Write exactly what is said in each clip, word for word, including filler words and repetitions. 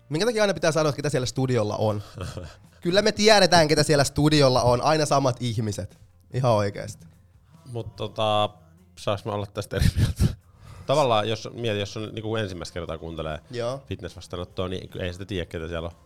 Minkä takia aina pitää sanoa, ketä siellä studiolla on? Kyllä me tiedetään, ketä siellä studiolla on. Aina samat ihmiset. Ihan oikeesti. Mut tota, saaks mä olla tästä eri mieltä? Tavallaan, jos mieti, jos on niinku ensimmäistä kertaa kuuntelee Joo. fitness-vastaanottoa, niin ei sitä tiedä, ketä siellä on.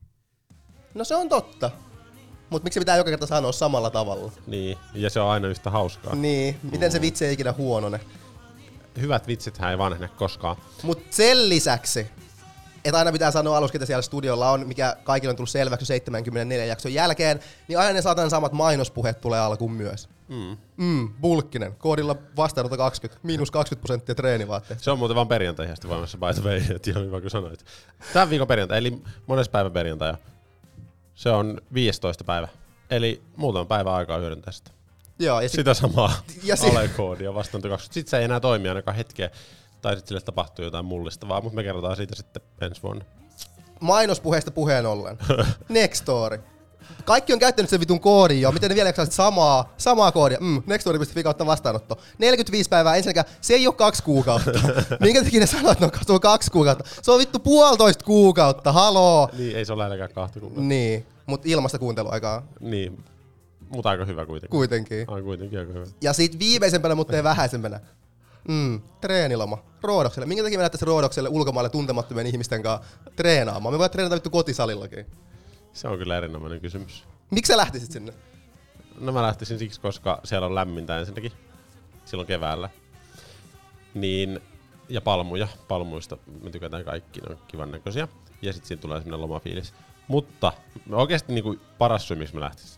No se on totta. Mut miksi pitää joka kerta sanoa samalla tavalla? Niin, ja se on aina yhtä hauskaa. Niin, miten se vitsi ei ikinä huonone. Hyvät vitsithän ei vanhene koskaan. Mut sen lisäksi, että aina pitää sanoa aluksi, ketä siellä studiolla on, mikä kaikille on tullut selväksi seitsemänkymmentäneljä jakson jälkeen, niin aina ne saatan samat mainospuheet tulee alkuun myös. Mm. Mm, bulkkinen. Koodilla vastaanotto kaksikymmentä, miinus kaksikymmentä prosenttia treenivaatteet. Se on muuten vaan perjantai sitten voimassa, by the way, että ihan hyvä kun sanoit. Tämän viikon perjantai, eli mones päivä perjantai. Se on viidestoista päivä. Eli muutama päivä aikaa hyödyntää sitä. Joo, ja sit, sitä samaa ja sit, alekoodia vastaanotto kaksikymmentä. Sitten se ei enää toimi ainakaan hetkeä. Tai sitten sille tapahtuu jotain mullistavaa, mutta me kerrotaan siitä sitten ensi vuonna. Mainospuheesta puheen ollen. Nextory. Kaikki on käyttänyt sen vitun koodin jo. Miten ne vielä jaksaa samaa, samaa koodia? Mm, nextory piste fi kautta vastaanotto. neljäkymmentäviisi päivää ensinnäkään. Se ei oo kaksi kuukautta. Minkä takia ne sanoo, että se on kaksi kuukautta? Se on vittu puolitoista kuukautta. Haloo. Niin, ei se ole lähellekään kahta kuukautta. Niin, mut ilmasta kuunteluaikaa. Niin, mutta aika hyvä kuitenkin. Kuitenkin. Ai kuitenkin aika hyvä. Ja sit viimeisempänä, mutta ei vähäisempänä. Mm, treeniloma. Roodokselle. Minkä takia me lähtäisiin Roodokselle ulkomaille tuntemattomien ihmisten kanssa treenaamaan? Me voidaan treenata vittu kotisalillakin. Se on kyllä erinomainen kysymys. Miksi sä lähtisit sinne? No mä lähtisin siksi, koska siellä on lämmintä ensinnäkin. Silloin keväällä. Niin, ja palmuja. Palmuista me tykätään kaikki, ne on kivan näköisiä. Ja sit siinä tulee semmonen lomafiilis. Mutta oikeesti niinku paras syy, miksi mä lähtisin.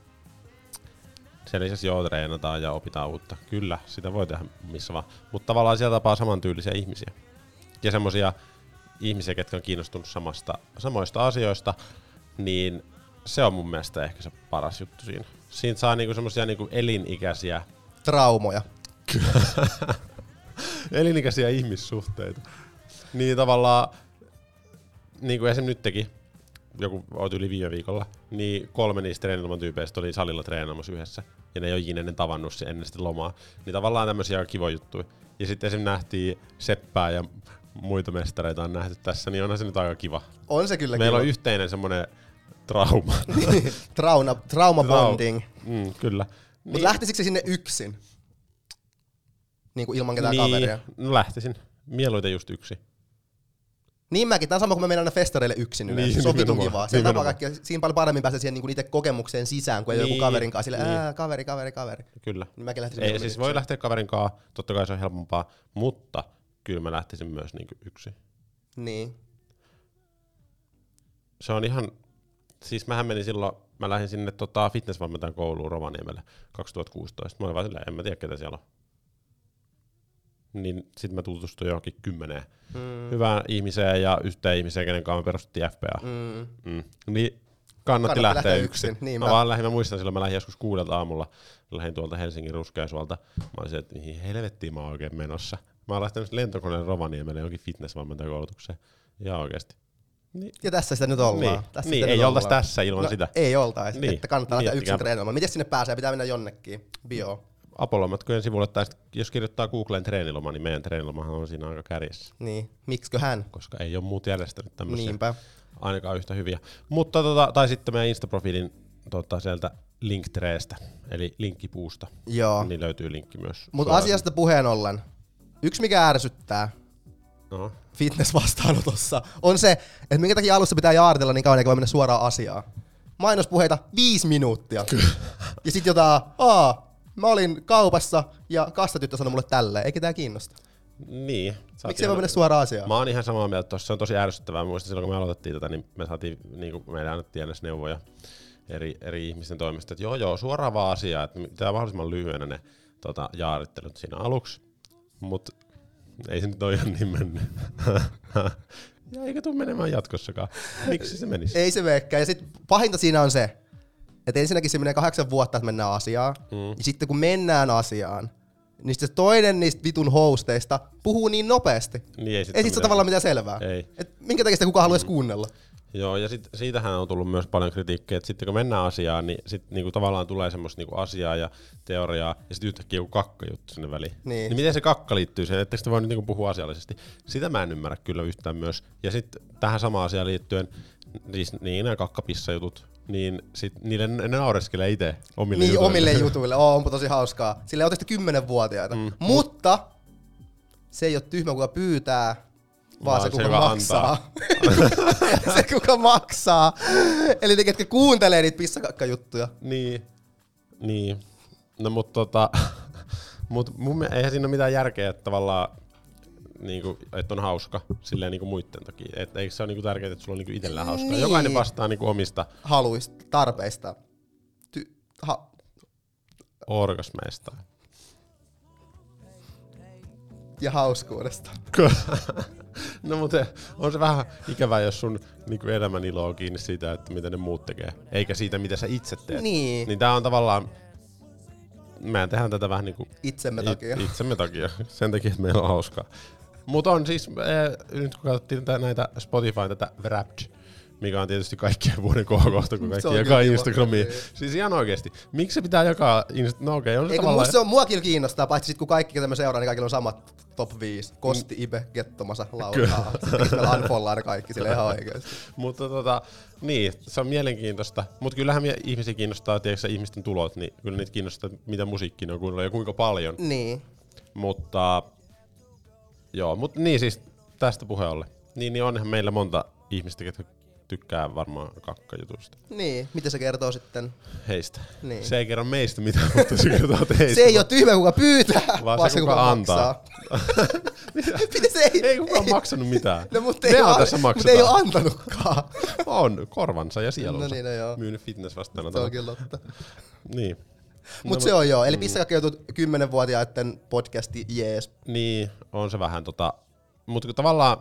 Sen lisäksi joo, treenataan ja opitaan uutta. Kyllä, sitä voi tehdä missä vaan. Mutta tavallaan siellä tapaa samantyylisiä ihmisiä. Ja semmosia ihmisiä, ketkä on kiinnostunut samasta, samoista asioista, niin se on mun mielestä ehkä se paras juttu siinä. Siinä saa niinku semmosia niinku elinikäisiä... Traumoja. elinikäisiä ihmissuhteita. Niin tavallaan, niin kuin esim. Nyt teki, joku oot yli viime viikolla, niin kolme niistä treenilman tyypeistä oli salilla treenaamassa yhdessä. Ja ne ei ole ikinä ennen tavannut se ennen sitä lomaa. Niin tavallaan tämmösiä kivoja juttuja. Ja sitten esim. Nähtiin Seppää ja muita mestareita on nähty tässä, niin onhan se nyt aika kiva. On se kyllä Meillä kiva. on yhteinen semmonen trauma. trauma, trauma bonding. Mm, kyllä. Mut niin, lähtisikö se sinne yksin? Niinku ilman ketään niin, kaveria? No lähtisin. Mieluiten just yksi. Niin mäkin. Tää on sama kuin me mennään aina festareille yksin yleensä. Niin, se on vitun nimenomaan, kivaa. Siellä tapaa nimenomaan. kaikki, siinä paljon paremmin päästä siihen niinku itse kokemukseen sisään, kuin Niin, joku kaverin kanssa. Sille, niin. ää, kaveri, kaveri, kaveri. Kyllä. Niin mäkin lähtisin Ei, mieluummin siis voi yksin. lähteä kaverin kanssa, totta kai se on helpompaa, mutta kyllä mä lähtisin myös niinku yksi. Niin. Se on ihan, siis mähän menin silloin, mä lähdin sinne tota, fitnessvalmentajan kouluun Rovaniemelle kaksituhattakuusitoista. Mä olin vaan silleen, en mä tiedä ketä siellä on. Niin sit mä tutustuin johonkin kymmeneen mm. hyvään ihmiseen ja yhteen ihmiseen, kenen kanssa me perustettiin F P A. Mm. Mm. Niin kannatti, Kannatti lähteä, lähteä yksin. yksin, niin mä, mä- vaan lähdin, mä muistan silloin, mä lähdin joskus kuudelta aamulla, lähdin tuolta Helsingin Ruskeasuolta. Mä olisin, että mihin helvettiin mä oon oikein menossa. Mä oon lähtenyt lentokoneen Rovaniemelle johonkin fitnessvalmentajakoulutukseen. Ja oikeesti. Niin. Ja tässä sitä nyt ollaan. Niin, tässä niin sitä ei nyt oltais ollaan. tässä ilman no, sitä. Ei oltais, Niin. että kannattaa lähteä yksin Miettikää. treenaamaan. Miten sinne pääsee? Pitää mennä jonnekin. Bio. Apollo-matkojen sivulle, tai sit, jos kirjoittaa Googleen treeniloma, niin meidän treenilomahan on siinä aika kärjessä. Niin. Miksikö hän? Koska ei ole muut järjestänyt tämmöisiä Niinpä. ainakaan yhtä hyviä. Mutta tota, tai sitten meidän Insta-profiilin tota, sieltä Linktreestä, eli linkkipuusta, Joo. niin löytyy linkki myös. Mutta suoraan. asiasta puheen ollen. Yksi mikä ärsyttää No. fitness-vastaanotossa on se, että minkä takia alussa pitää jaaritella niin kauan, eikä voi mennä suoraan asiaan. Mainospuheita viisi minuuttia. Ja sit jotain, aa, mä olin kaupassa ja kassatyttö sanoi mulle tälleen, eikä tää kiinnosta. Niin. sä oot Miksi ei voi ihan- mennä suoraan asiaan? Mä oon ihan samaa mieltä tossa, se on tosi ärsyttävää. Mä muistan silloin, kun me aloitettiin tätä, niin me saatiin, niin kuin meille annettiin aina neuvoja eri, eri ihmisten toimesta, että joo joo, suoraan vaan asiaa, että pitää mahdollisimman lyhyenä ne tota, jaarittelut siinä aluksi. Mut ei se nyt ole ihan niin mennyt. Ja eikä tuu menemään jatkossakaan. Miksi se menisi? Ei se meekään. Ja sit pahinta siinä on se, että ensinnäkin se menee kahdeksan vuotta, että mennään asiaan. Mm. Ja sitten kun mennään asiaan, niin se toinen niistä vitun hosteista puhuu niin nopeasti. Niin ei sit Ei ole sit se mitään. tavallaan mitään selvää. Ei. Et minkä takia sitä kukaan haluaisi kuunnella? Joo, ja sit, siitähän on tullut myös paljon kritiikkiä, että sitten kun mennään asiaan, niin sit niinku tavallaan tulee semmoista niinku asiaa ja teoriaa, ja sitten yhtäkkiä joku kakkajuttu sinne väliin. Niin. niin miten se kakka liittyy siihen, etteikö sitä voi nyt niinku puhua asiallisesti? Sitä mä en ymmärrä kyllä yhtään myös. Ja sitten tähän samaan asiaan liittyen, siis niin nämä kakkapissajutut, niin sit niille ne naureskelee itse omille niin, jutuille. omille jutuille. Oo, onpa tosi hauskaa. Sille on tietysti kymmenvuotiaita. Mm. Mutta se ei ole tyhmä, kuka pyytää, vaan, vaan se, kuka se, maksaa. se, kuka maksaa. Eli ne, ketkä kuuntelee niitä pissakakkajuttuja. Niin. Niin. No mut tota... mut mun mielestä eihän siinä ole mitään järkeä, että tavallaan... Niinku, että on hauska silleen niinku muitten takia. Et eikö se ole niinku tärkeää, että sulla on niinku itsellään hauskaa? Niin. Jokainen vastaa niinku omista... haluista, tarpeista. Ty- ha- orgasmeista. Ja hauskuudesta. No mutta on se vähän ikävää, jos sun niinku elämän ilo on kiinni siitä, että mitä ne muut tekee. Eikä siitä, mitä sä itse teet. Niin. Niin tää on tavallaan... Mehän tehdään tätä vähän niinku... Itsemme takia. It, itsemme takia. Sen takia, että meillä on hauskaa. Mutta on siis, äh, nyt kun katsottiin tätä, näitä Spotify, tätä Wrapped, mikä on tietysti kaikkien vuoden kohokohta, kun kaikki jakaa Instagramiin. Siis ihan oikeesti. Miksi se pitää jakaa Inst- No okei, okay, on se Eikö tavallaan... se on, muakin kiinnostaa, paitsi sit kun kaikki, ketä mä seuraan, niin kaikilla on samat top viisi. Kosti, mm. Ibe, Gettomasa, Laura. Sitten meillä unfollaa ne kaikki sille ihan oikeesti. Mutta tota, niin, se on mielenkiintoista. Mutta kyllähän ihmisiä kiinnostaa, tiedätkö ihmisten tulot, niin kyllä niitä kiinnostaa, mitä musiikkia ne on kuunnellut ja kuinka paljon. Niin. Mutta... Joo, mutta niin siis tästä puheen ollen. Niin, niin onhan meillä monta ihmistä, jotka tykkää varmaan kakkajutuista. Niin, mitä se kertoo sitten? Heistä. Niin. Se ei kerro meistä mitään, mutta se kertoo teistä. Se ei ole tyhmä, kuka pyytää, vaan, vaan se, kuka, kuka antaa. Mitä se ei? Ei kukaan ei. maksanut mitään. No, mutta ei, an, tässä mutta ei ole antanutkaan. On, korvansa ja sielunsa. No niin, no joo. Myynyt fitness-vastaana. Se on kyllä totta. Niin. Mut no, se on joo, eli pissakakkajutut kymmenvuotiaiden podcasti jees. Niin, on se vähän tota, mutta tavallaan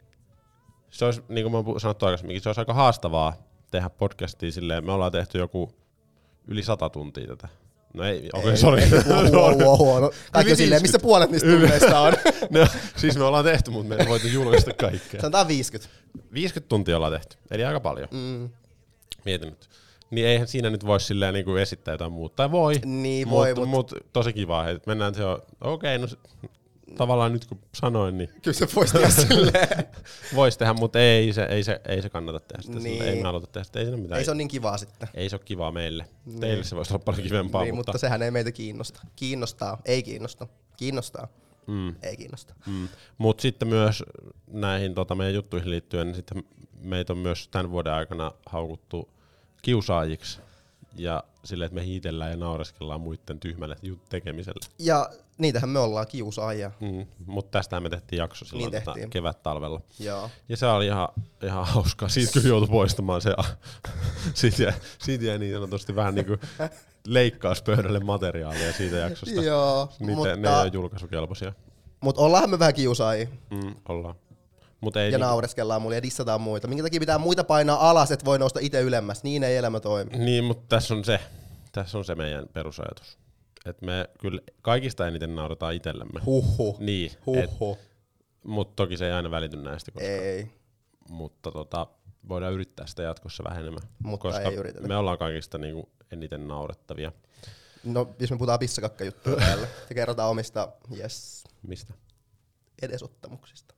se olisi, niin kuin mä oon sanottu aikaisemminkin, se olisi aika haastavaa tehdä podcastia silleen, me ollaan tehty joku yli sata tuntia tätä. No ei, okei, okay, sori. No, kaikki silleen, missä puolet niistä tunneista on. No, siis me ollaan tehty, mutta me ei voitu julkaista kaikkea. Sanotaan viisikymmentä. viisikymmentä tuntia ollaan tehty, eli aika paljon. Mm. Mietin nyt. Niin eihän siinä nyt voi silleen niinku esittää jotain muuta. Tai voi, niin mut, voi mut, mut tosi kiva. Et mennään se on, okei, okay, no se, tavallaan nyt kun sanoin, niin... Kyllä se voisi tehdä silleen. Voisi tehdä, mutta ei se, ei, se, ei se kannata tehdä sitä. Niin. Ei me aloita tehdä sitä. Ei, siinä mitään. Ei se ole niin kivaa sitten. Ei se ole kivaa meille. Niin. Teille se voisi olla paljon kivempaa. Niin, mutta... mutta sehän ei meitä kiinnosta. Kiinnostaa. Ei kiinnosta. Kiinnostaa. Mm. Ei kiinnosta. Mm. Mutta sitten myös näihin tota, meidän juttuihin liittyen, niin sitten meitä on myös tämän vuoden aikana haukuttu kiusaajiksi. Ja silleen, että me hiitellään ja naureskellaan muiden tyhmälle tekemiselle. Ja niitähän me ollaan kiusaajia. Mm, mutta tästähän me tehtiin jakso silloin niin tota kevät-talvella. Joo. Ja se oli ihan, ihan hauskaa. Siitä kyllä joutui poistamaan se. siitä, jäi, siitä jäi niin sanotusti vähän niin kuin leikkauspöydälle materiaalia siitä jaksosta. Joo, Niitä, mutta... Ne ei ole julkaisukelpoisia. Mutta ollaanhan me vähän kiusaajia. Mm, ollaan. Mut ei ja niinku... naureskellaan muille ja dissataan muita. Minkä takia pitää muita painaa alas, että voi nousta itse ylemmäs? Niin ei elämä toimi. Niin, mutta tässä on se. Tässä on se meidän perusajatus. Että me kyllä kaikista eniten naurataan itsellemme. Huhhuh. Niin. Huhhuh. Mutta toki se ei aina välity näistä. Koska, ei. Mutta tota, voidaan yrittää sitä jatkossa vähän enemmän. Mutta koska ei yritetä. Me ollaan kaikista niinku eniten naurettavia. No, jos me puhutaan pissakakkajuttuja täällä ja kerrotaan omista, yes. Mistä? Edesottamuksista.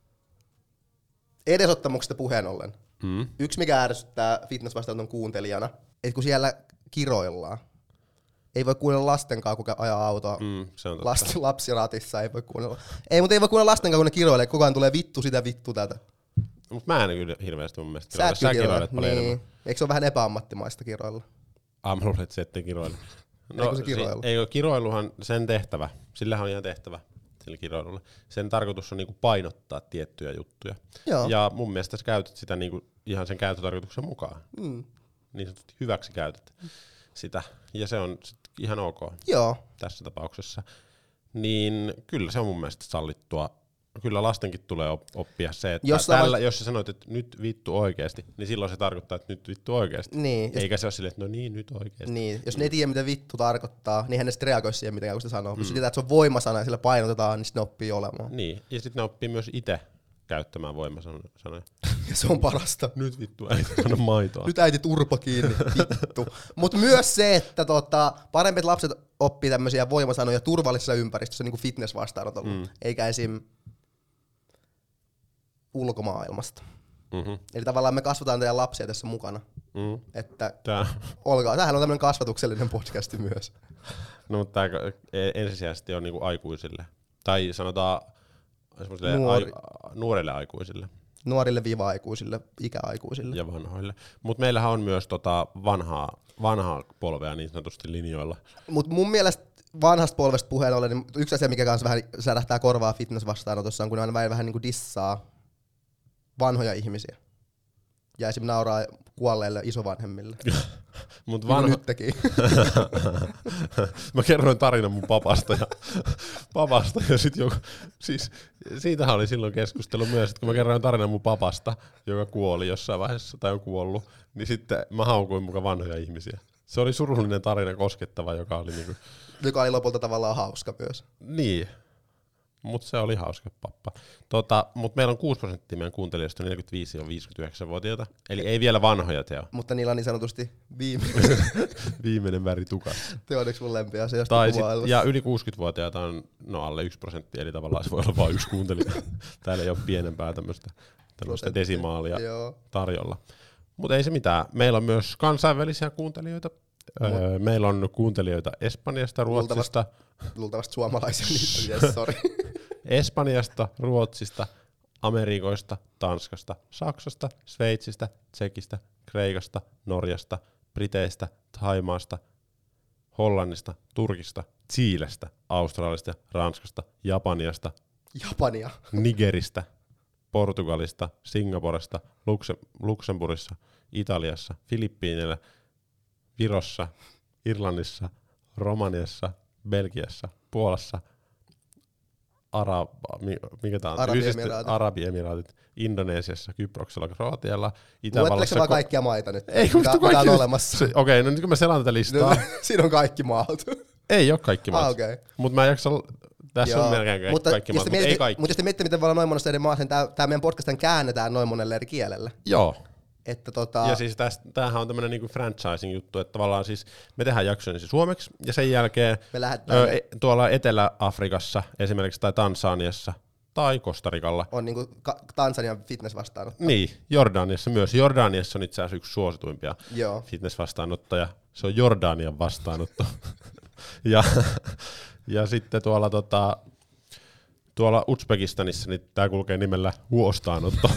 Edesottamuksista puheen ollen. Mm. Yksi mikä ärsyttää fitnessvastaanoton kuuntelijana, että kun siellä kiroillaan, ei voi kuunnella lastenkaan, kuka ajaa autoa. Mm, se on Last, lapsiratissa ei voi kuunnella. Ei, mutta ei voi kuunnella lastenkaan, kun ne kiroilee. Koko ajan tulee vittu sitä, vittu tätä. Mut mä en kyllä hirveästi mun mielestä kiroile. Sä kiroilet paljon niin. enemmän. Eikö se ole vähän epäammattimaista kiroilla? Ah, mä luulen, että se ettei kiroile. No, Eikö se kiroilu? Si- ei, kiroiluhan sen tehtävä. Sillähän on ihan tehtävä. Sillä kiroilulla. Sen tarkoitus on niinku painottaa tiettyjä juttuja. Joo. Ja mun mielestä sä käytät sitä niinku ihan sen käyttötarkoituksen mukaan. Mm. Niin sanotusti hyväksi käytät sitä. Ja se on sit ihan ok. Joo. Tässä tapauksessa. Niin kyllä se on mun mielestä sallittua. Kyllä lastenkin tulee oppia se, että jos, tällä, jos sä sanoit, että nyt vittu oikeesti, niin silloin se tarkoittaa, että nyt vittu oikeesti. Niin, eikä jos, se ole silleen, että no niin, nyt oikeesti. Niin, jos ne ei tiedä, mitä vittu tarkoittaa, niin hän ei sitten reagoi siihen, mitä kun sitä sanoo. Mm. Jos tietää, että se on voimasana ja sillä painotetaan, niin sitten ne oppii olemaan. Niin, ja sitten ne oppii myös itse käyttämään voimasanoja. Se on parasta. Nyt vittu äiti anna maitoa. Nyt äiti turpa kiinni, vittu. Mutta myös se, että tota, parempi, että lapset oppii tämmöisiä voimasanoja turvallisessa ympäristössä, niin kuin fitness-vastaanotolla, mm. eikä esim. Ulkomaailmasta. Mm-hmm. Eli tavallaan me kasvataan teidän lapsia tässä mukana. Mm. Että Tää. olkaa, tämähän on tämmöinen kasvatuksellinen podcasti myös. No, mutta tämä ensisijaisesti on niinku aikuisille. Tai sanotaan Nuori. ai, nuorille aikuisille. Nuorille viva-aikuisille, ikäaikuisille. Ja vanhoille. Mutta meillähän on myös tota vanhaa, vanhaa polvea niin sanotusti linjoilla. Mutta mun mielestä vanhasta polvesta puheen ollen, niin yksi asia, mikä kanssa vähän särähtää korvaa fitness-vastaanotossa on, kun ne aina vähän niin kuin dissaa vanhoja ihmisiä. Ja esim. Nauraa kuolleille isovanhemmille. Mut vanha... Nyt teki. Mä kerroin tarinan mun papasta ja, papasta ja sit joku, siis siitähän oli silloin keskustelu myös, että kun mä kerroin tarinan mun papasta, joka kuoli jossain vaiheessa tai on kuollut, niin sitten mä haukuin muka vanhoja ihmisiä. Se oli surullinen tarina, koskettava, joka oli niinku... Joka oli lopulta tavallaan hauska myös. Niin. Mutta se oli hauska pappa. Tota, mutta meillä on kuusi prosenttia meidän kuuntelijoista neljäkymmentäviisi–viisikymmentäyhdeksän-vuotiaita. Eli ei vielä vanhoja teo. Mutta niillä on niin sanotusti viimeinen, viimeinen väri tukassa. Te onneksi mun lempiasia. Tai sit, ja yli kuusikymmentävuotiaita on no alle yksi prosentti, eli tavallaan se voi olla vain yksi kuuntelija. Täällä ei ole pienempää tämmöistä desimaalia Joo. tarjolla. Mutta ei se mitään. Meillä on myös kansainvälisiä kuuntelijoita. Öö, meillä on kuuntelijoita Espanjasta, Ruotsista. Luultavasti, luultavasti suomalaisia niitä, yes, sorry. Espanjasta, Ruotsista, Amerikoista, Tanskasta, Saksasta, Sveitsistä, Tsekistä, Kreikasta, Norjasta, Briteistä, Thaimaasta, Hollannista, Turkista, Chiilestä, Australiasta, Ranskasta, Japaniasta, Japania. Nigeristä, Portugalista, Singaporesta, Lukse- Luxemburgissa, Italiassa, Filippiineillä, Virossa, Irlannissa, Romaniassa, Belgiassa, Puolassa, Arab, mikä tää on? Arabiemiraatit. Arabiemiraatit, Indonesiassa, Kyproksella, Kroatialla, Itävallassa. Luetteko vaan kaikkia maita nyt? Ei, kun mitä, kaikki... on olemassa? Okei, okay, no nyt kun mä selaan tätä listaa. Siinä on kaikki maat. Ei ole kaikki maat. Ah, okay. Mutta mä en jaksa... Tässä Joo. on melkein mutta kaikki maat, mutta ei kaikki. Mutta jos te mietitte, miten voi olla noin monessa eri maassa, niin tää meidän podcast käännetään noin monelle eri kielelle. Joo. Että tota... Ja siis tästä, tämähän on tämmönen niinku franchising-juttu, että tavallaan siis me tehdään jaksoja siis suomeksi, ja sen jälkeen ö, e, tuolla Etelä-Afrikassa esimerkiksi tai Tansaniassa tai Kostarikalla. On niinku ka- Tansanian fitness-vastaanotto. Niin, Jordaniassa myös. Jordaniassa on itse asiassa yksi suosituimpia Joo. fitness-vastaanottoja. Se on Jordanian vastaanotto. ja, ja sitten tuolla, tota, tuolla Uzbekistanissa niin tää kulkee nimellä huostaanotto.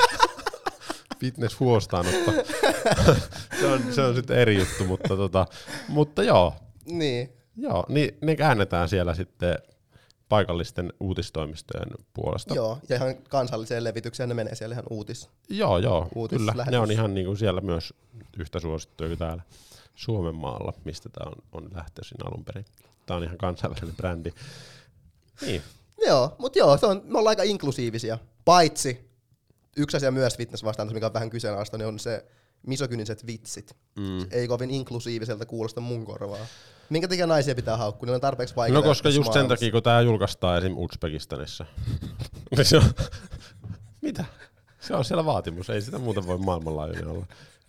Fitness-huostaanotto. se, on, se on sitten eri juttu, mutta, tota, mutta joo. Niin. Joo, niin ne käännetään siellä sitten paikallisten uutistoimistojen puolesta. Joo, ja ihan kansalliseen levitykseen ne menee siellä ihan uutis. Joo, joo, uutis kyllä. lähetys. Ne on ihan niinku siellä myös yhtä suosittuja kuin täällä Suomen maalla, mistä tää on, on lähtöisin alun perin. Tää on ihan kansainvälinen brändi. Niin. Joo, mutta joo, se on, me ollaan aika inklusiivisia. Paitsi yksi asia myös fitness-vastaanotossa, mikä on vähän kyseenalaista, niin on se misogyniset vitsit. Mm. Ei kovin inklusiiviselta kuulosta mun korvaa. Minkä takia naisia pitää haukkua? Niillä on tarpeeksi vaikeaa. No koska just sen takia, kun tää julkaistaan esim. Uzbekistanissa. se on, mitä? Se on siellä vaatimus, ei sitä muuten voi maailmanlaajuinen olla.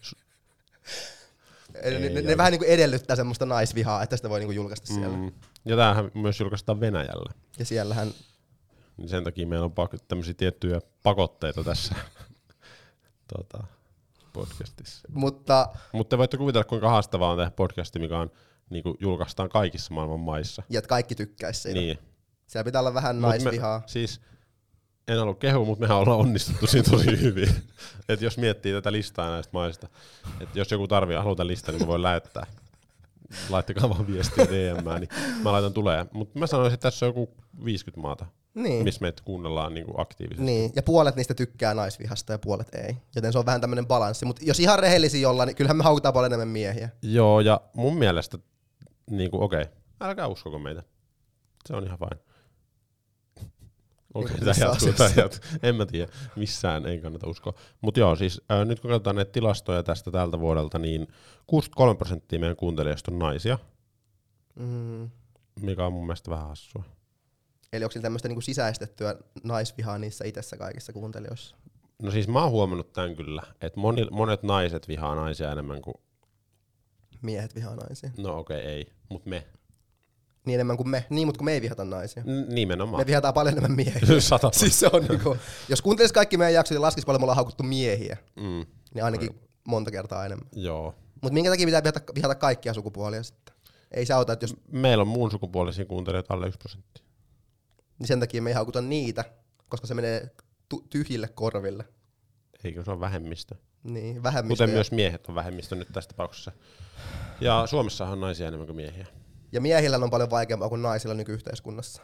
Eli ne, ne, ne vähän niinku edellyttää semmoista naisvihaa, että sitä voi niinku julkaista mm. siellä. Ja tämähän myös julkaistaan Venäjällä. Ja siellähän... Niin sen takia meillä on pak- tämmöisiä tiettyjä pakotteita tässä tota, podcastissa. Mutta Mutta te voitte kuvitella, kuinka haastavaa on tehdä podcasti, mikä on, niinku, julkaistaan kaikissa maailman maissa. Ja että kaikki tykkäisi siitä. Niin. Siellä pitää olla vähän Mut naisvihaa. Me, siis en halua kehua, mutta mehän ollaan onnistuttu siinä tosi hyvin. Et jos miettii tätä listaa näistä maista, että jos joku tarvii haluta listaa, niin mä voin lähettää. Laittakaa vaan viestiä D M:ään, niin mä laitan tulee. Mutta mä sanoisin, että tässä on joku viisikymmentä maata, niin. missä meitä kuunnellaan niinku aktiivisesti. Niin, ja puolet niistä tykkää naisvihasta ja puolet ei. Joten se on vähän tämmöinen balanssi. Mutta jos ihan rehellisiä jollain, niin kyllähän me haukutaan paljon enemmän miehiä. Joo, ja mun mielestä, niinku, okei, okay, älkää uskoko meitä. Se on ihan fine. Okei, okay, tämä jatkuu, tämä jatkuu. En mä tiedä, missään ei kannata uskoa. Mutta joo, siis äh, nyt kun katsotaan näitä tilastoja tästä tältä vuodelta, niin kuusikymmentäkolme prosenttia meidän kuuntelijoista on naisia, mm. mikä on mun mielestä vähän hassua. Eli onko sillä tämmöistä niinku sisäistettyä naisvihaa niissä itsessä kaikissa kuuntelijoissa? No siis mä oon huomannut tän kyllä, että moni, monet naiset vihaa naisia enemmän kuin... Miehet vihaa naisia. No okei, okay, ei, mut me. Niin enemmän kuin me. Niin, mutta kun me ei vihata naisia. N- nimenomaan. Me vihataan paljon enemmän miehiä. Sata. Siis se on niinku, jos kuuntelis kaikki meidän jaksot ja laskis paljon me ollaan haukuttu miehiä, Mm. niin ainakin no. monta kertaa enemmän. Joo. Mut minkä takia pitää vihata, vihata kaikkia sukupuolia sitten? Ei se auta, että jos... Meillä on muun sukupuolisia kuuntelijoita alle yksi prosentti. Niin sen takia me ei haukuta niitä, koska se menee tu- tyhjille korville. Eikö se on vähemmistö? Niin, vähemmistö. Kuten ja... myös miehet on vähemmistö nyt tässä tapauksessa. Ja Suomessahan on naisia enemmän kuin miehiä. Ja miehillä on paljon vaikeampaa kuin naisilla nykyyhteiskunnassa.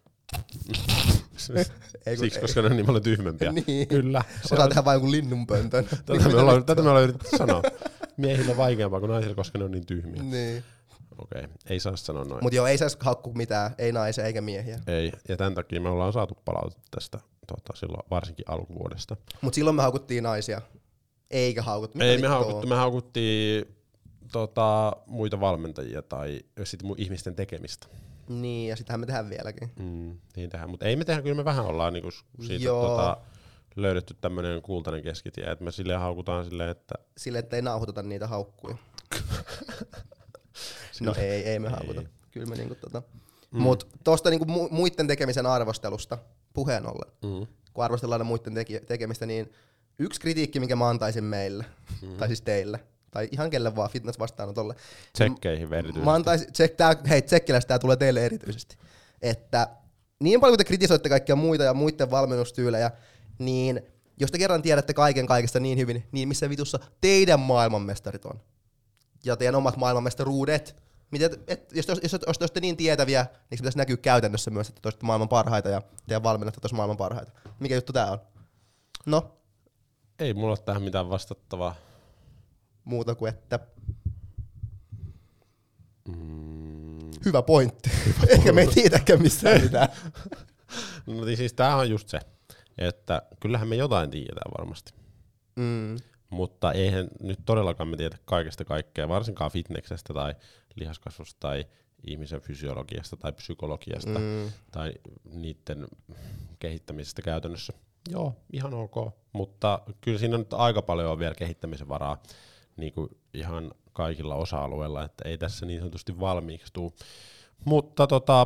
ei, Siksi, ei. koska ne on niin paljon tyhmempiä. Niin. Kyllä. Osaa tehdä vain jonkun linnunpöntön. Tätä me ollaan, tätä me ollaan yritetty sanoa. Miehillä on vaikeampaa kuin naisilla, koska ne on niin tyhmiä. Niin. Okei, ei saa sanoa noin. Mut joo, ei saisi hakkua mitään, ei naisia eikä miehiä. Ei, ja tämän takia me ollaan saatu palautetta tästä tota, silloin varsinkin alkuvuodesta. Mut silloin me haukuttiin naisia, eikä haukuttu. Mitä ei, me vittua? haukuttiin, me haukuttiin tota, muita valmentajia tai sit mu- ihmisten tekemistä. Niin, ja sitähän me tehdään vieläkin. Mm, niin tehdään, mutta ei me tehdä, kyllä me vähän ollaan niinku siitä tota, löydetty tämmönen kultainen keskitie, että me silleen haukutaan silleen, että... Silleen, että ei nauhoiteta niitä haukkuja. No ei, ei me haukuta. Ei. Kyllä me niinku tota. Mm. Mut tosta niinku mu- muitten tekemisen arvostelusta puheen ollen, Mm. kun arvostellaan muitten teki- tekemistä, niin yksi kritiikki, minkä mä antaisin meille, mm. tai siis teille, tai ihan kelle vaan fitness vastaanotolle. Tsekkeihin erityisesti. Mä antaisin, tsek, tää, hei tsekkiläistä tää tulee teille erityisesti, että niin paljon kun te kritisoitte kaikkia muita ja muiden valmennustyylejä, niin jos te kerran tiedätte kaiken kaikesta niin hyvin, niin missä vitussa teidän maailmanmestarit on? Ja teidän omat maailmanmestaruudet. Miten, et, jos, jos, jos, jos te olette niin tietäviä, niin se pitäisi näkyä käytännössä myös, että te olette maailman parhaita ja teidän valmennat olette maailman parhaita. Mikä juttu tää on? No? Ei mulla ole tähän mitään vastattavaa. Muuta kuin että... Mm. Hyvä pointti. Eikä me ei tiedäkään missään mitään. No niin siis tämähän on just se, että kyllähän me jotain tiedetään varmasti. Mm. Mutta eihän nyt todellakaan me tiedä kaikesta kaikkea, varsinkaan fitneksestä tai lihaskasvusta tai ihmisen fysiologiasta tai psykologiasta Mm. tai niiden kehittämisestä käytännössä. Joo, ihan ok, mutta kyllä siinä nyt aika paljon on vielä kehittämisen varaa niin kuin ihan kaikilla osa-alueilla, että ei tässä niin sanotusti valmiiksi tule. Mutta tota,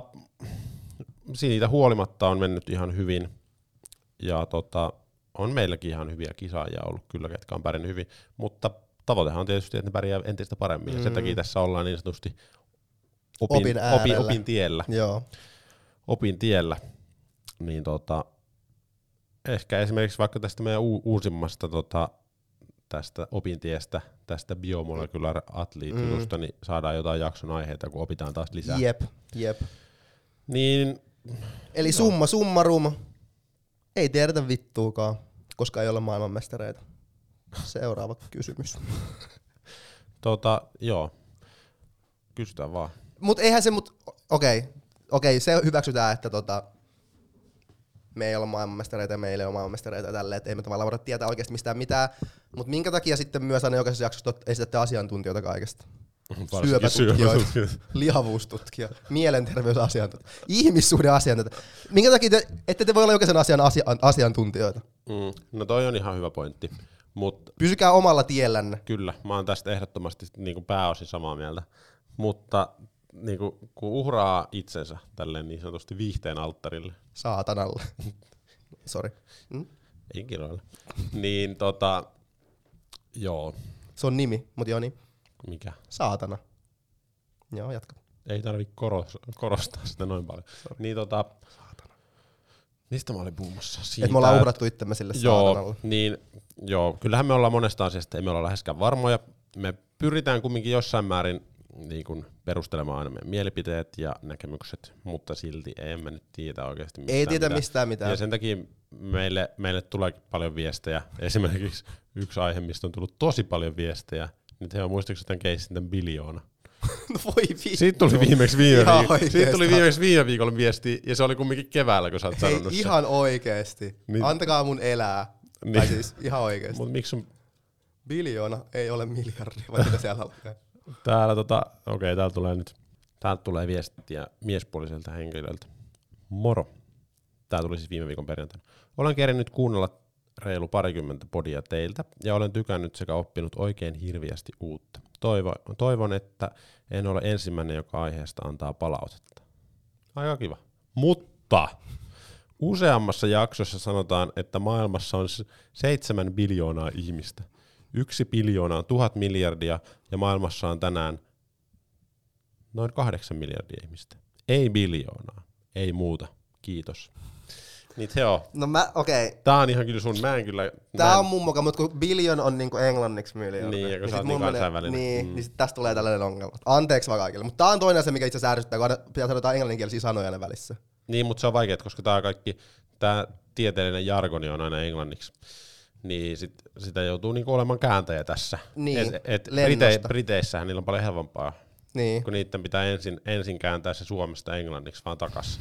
siitä huolimatta on mennyt ihan hyvin ja tota, on meilläkin ihan hyviä kisaajia ollut kyllä, ketkä on pärjännyt hyvin, mutta tavoitehan on tietysti, että ne pärjää entistä paremmin. Mm. Ja sen takia tässä ollaan niin sanotusti opin, Opin opin, opin tiellä. Joo. Opin tiellä. Niin tota, ehkä esimerkiksi vaikka tästä meidän u- uusimmasta tota, tästä opintiestä, tästä Biomolecular Athlete-jutusta, mm. niin saadaan jotain jakson aiheita, kun opitaan taas lisää. Jep, jep. Niin, Eli summa summarum. Ei tiedetä vittuukaan, koska ei ole maailmanmestareita. Seuraava kysymys. tota, joo, kysytään vaan. Mut eihän se, mut okei, okay. okei, okay, se hyväksytään, että tota, me ei ole maailmanmestareita ja meillä ei ole maailmanmestareita ja tälleen, että ei me tavallaan voida tietää oikeasti mistään mitään. Mut minkä takia sitten myös aina jokaisessa jaksossa esitätte asiantuntijoita kaikesta? Syöpätutkijoita, lihavuustutkijoita, mielenterveysasiantuntijoita, ihmissuhdeasiantuntijoita. Minkä takia te, ette te voi olla jokaisen asian asia, asiantuntijoita? Mm, no toi on ihan hyvä pointti. Mut Pysykää omalla tiellänne. kyllä, mä oon tästä ehdottomasti niin kuin pääosin samaa mieltä. Mutta niin kuin, kun uhraa itsensä tälleen niin sanotusti viihteen alttarille, Saatanalle. Sori. Mm? ei kiroile, niin tota, joo, Se on nimi, mutta joo niin. mikä? Saatana. Joo, jatka. Ei tarvitse koros, korostaa sitä noin paljon. Sorry. Niin tota, mistä mä olin puhumassa? Siitä, Et me ollaan uhrattu itsemme sille joo, saatanalle. niin, joo, kyllähän me ollaan monesta asiasta, ei me olla läheskään varmoja. Me pyritään kumminkin jossain määrin niin kuin perustelemaan aina meidän mielipiteet ja näkemykset, mutta silti emme nyt tiedä oikeasti mistään Ei tiedä mitään. mistään mitään. Ja sen takia meille, meille tuleekin paljon viestejä. Esimerkiksi yksi aihe, mistä on tullut tosi paljon viestejä. Nyt he on muistaakseni tämän keissin tämän biljoona. No voi vittu. Siitä tuli viimeksi viime, Ihan viikolla, oikeesti. siitä tuli viimeksi viime viikolla viesti, ja se oli kumminkin keväällä, kun sä oot Hei, sanonut sen. ihan oikeesti. Niin. Antakaa mun elää. Niin. Tai siis ihan oikeesti. Mut miksi sun Biljoona ei ole miljardi, vai mitä siellä alkaa? täällä tota, okei, okay, täällä tulee nyt, täältä tulee viestiä miespuoliselta henkilöltä. Moro. Tää tuli siis viime viikon perjantaina. Olen kerennyt kuunnella reilu parikymmentä podia teiltä ja olen tykännyt sekä oppinut oikein hirviästi uutta. Toivo, toivon, että en ole ensimmäinen, joka aiheesta antaa palautetta. Aika kiva. Mutta useammassa jaksossa sanotaan, että maailmassa on seitsemän biljoonaa ihmistä. Yksi biljoona on tuhat miljardia ja maailmassa on tänään noin kahdeksan miljardia ihmistä. Ei biljoonaa, ei muuta. Kiitos. Niin se on. No mä, okei. Okay. Tää on ihan kyllä sun, mä en kyllä... Tää en... on mun mukaan, mutta kun billion on niinku englanniksi miljoona. Niin, ja kun niin sä oot niin kansainvälinen. Niin, mm. niin sit tästä tulee tällainen ongelma. Anteeksi vaan kaikille. Mutta tää on toinen asia, mikä itse asiassa ärsyttää, kun aina pitää sanoa englanninkielisiä sanoja ne välissä. Niin, mutta se on vaikeaa, koska tää kaikki, tää tieteellinen jargoni on aina englanniksi. Niin sit, sitä joutuu niinku olemaan kääntäjä tässä. Niin, et, et Brite, Briteissähän niillä on paljon helpompaa. Niin. Kun niiden pitää ensin, ensin kääntää se Suomesta englanniksi vaan takas.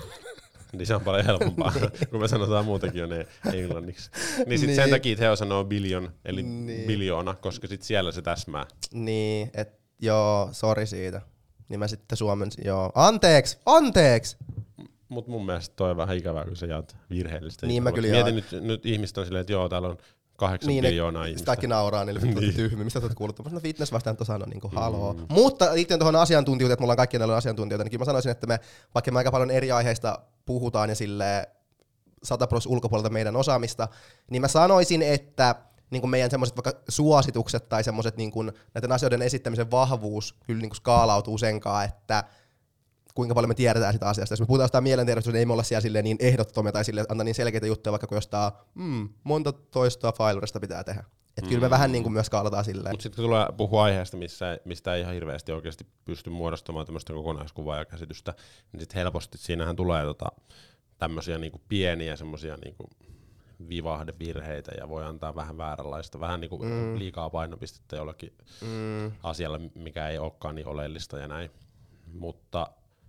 Niin se on paljon helpompaa, kun me sanotaan muutenkin jo ne englanniksi. Niin sit niin. Sen takia Theo sanoo billion, eli niin. biljoona, koska sit siellä se täsmää. Niin, et joo, sori siitä. Niin mä sitten suomensin, joo. Anteeksi, anteeksi! Mut mun mielestä toi on vähän ikävää, kun sä jaat virheellistä. Niin mä kyllä Mietin nyt, nyt ihmiset on silleen, että joo, täällä on kahdeksan niin, biljoonaa ihmistä. Kaikki nauraa niille niin. Tyhmiä. Mistä sä oot kuullut? No fitness vastaan tuossa on niinku haloo. Mm. Mutta liittyen tuohon asiantuntijuuteen, että mulla on kaikki näillä asiantuntijoita, niin kyllä mä sanoisin, että me, vaikka me aika paljon eri aiheista puhutaan ja silleen sata prosenttia ulkopuolelta meidän osaamista, niin mä sanoisin, että niin kuin meidän semmoiset vaikka suositukset tai semmoiset niin kuin näiden asioiden esittämisen vahvuus kyllä niin kuin skaalautuu senkaan, että kuinka paljon me tiedetään sitä asiasta. Jos me puhutaan jostain mielenterveydestä, niin ei me olla siellä silleen niin ehdottomia tai silleen, antaa niin selkeitä juttuja, vaikka kun jostain mm, monta toistoa Filuresta pitää tehdä. Että mm. kyllä me vähän niin kuin myös skaalataan silleen. Mutta sitten kun tulee puhua aiheesta, missä, mistä ei ihan hirveästi oikeasti pysty muodostamaan tämmöistä kokonaiskuvaa ja käsitystä, niin sitten helposti siinähän tulee tota, tämmöisiä niinku pieniä semmoisia niinku vivahdevirheitä ja voi antaa vähän vääränlaista, vähän niinku mm. liikaa painopistettä jollekin mm. asialle, mikä ei olekaan niin oleellista ja näin. Mutta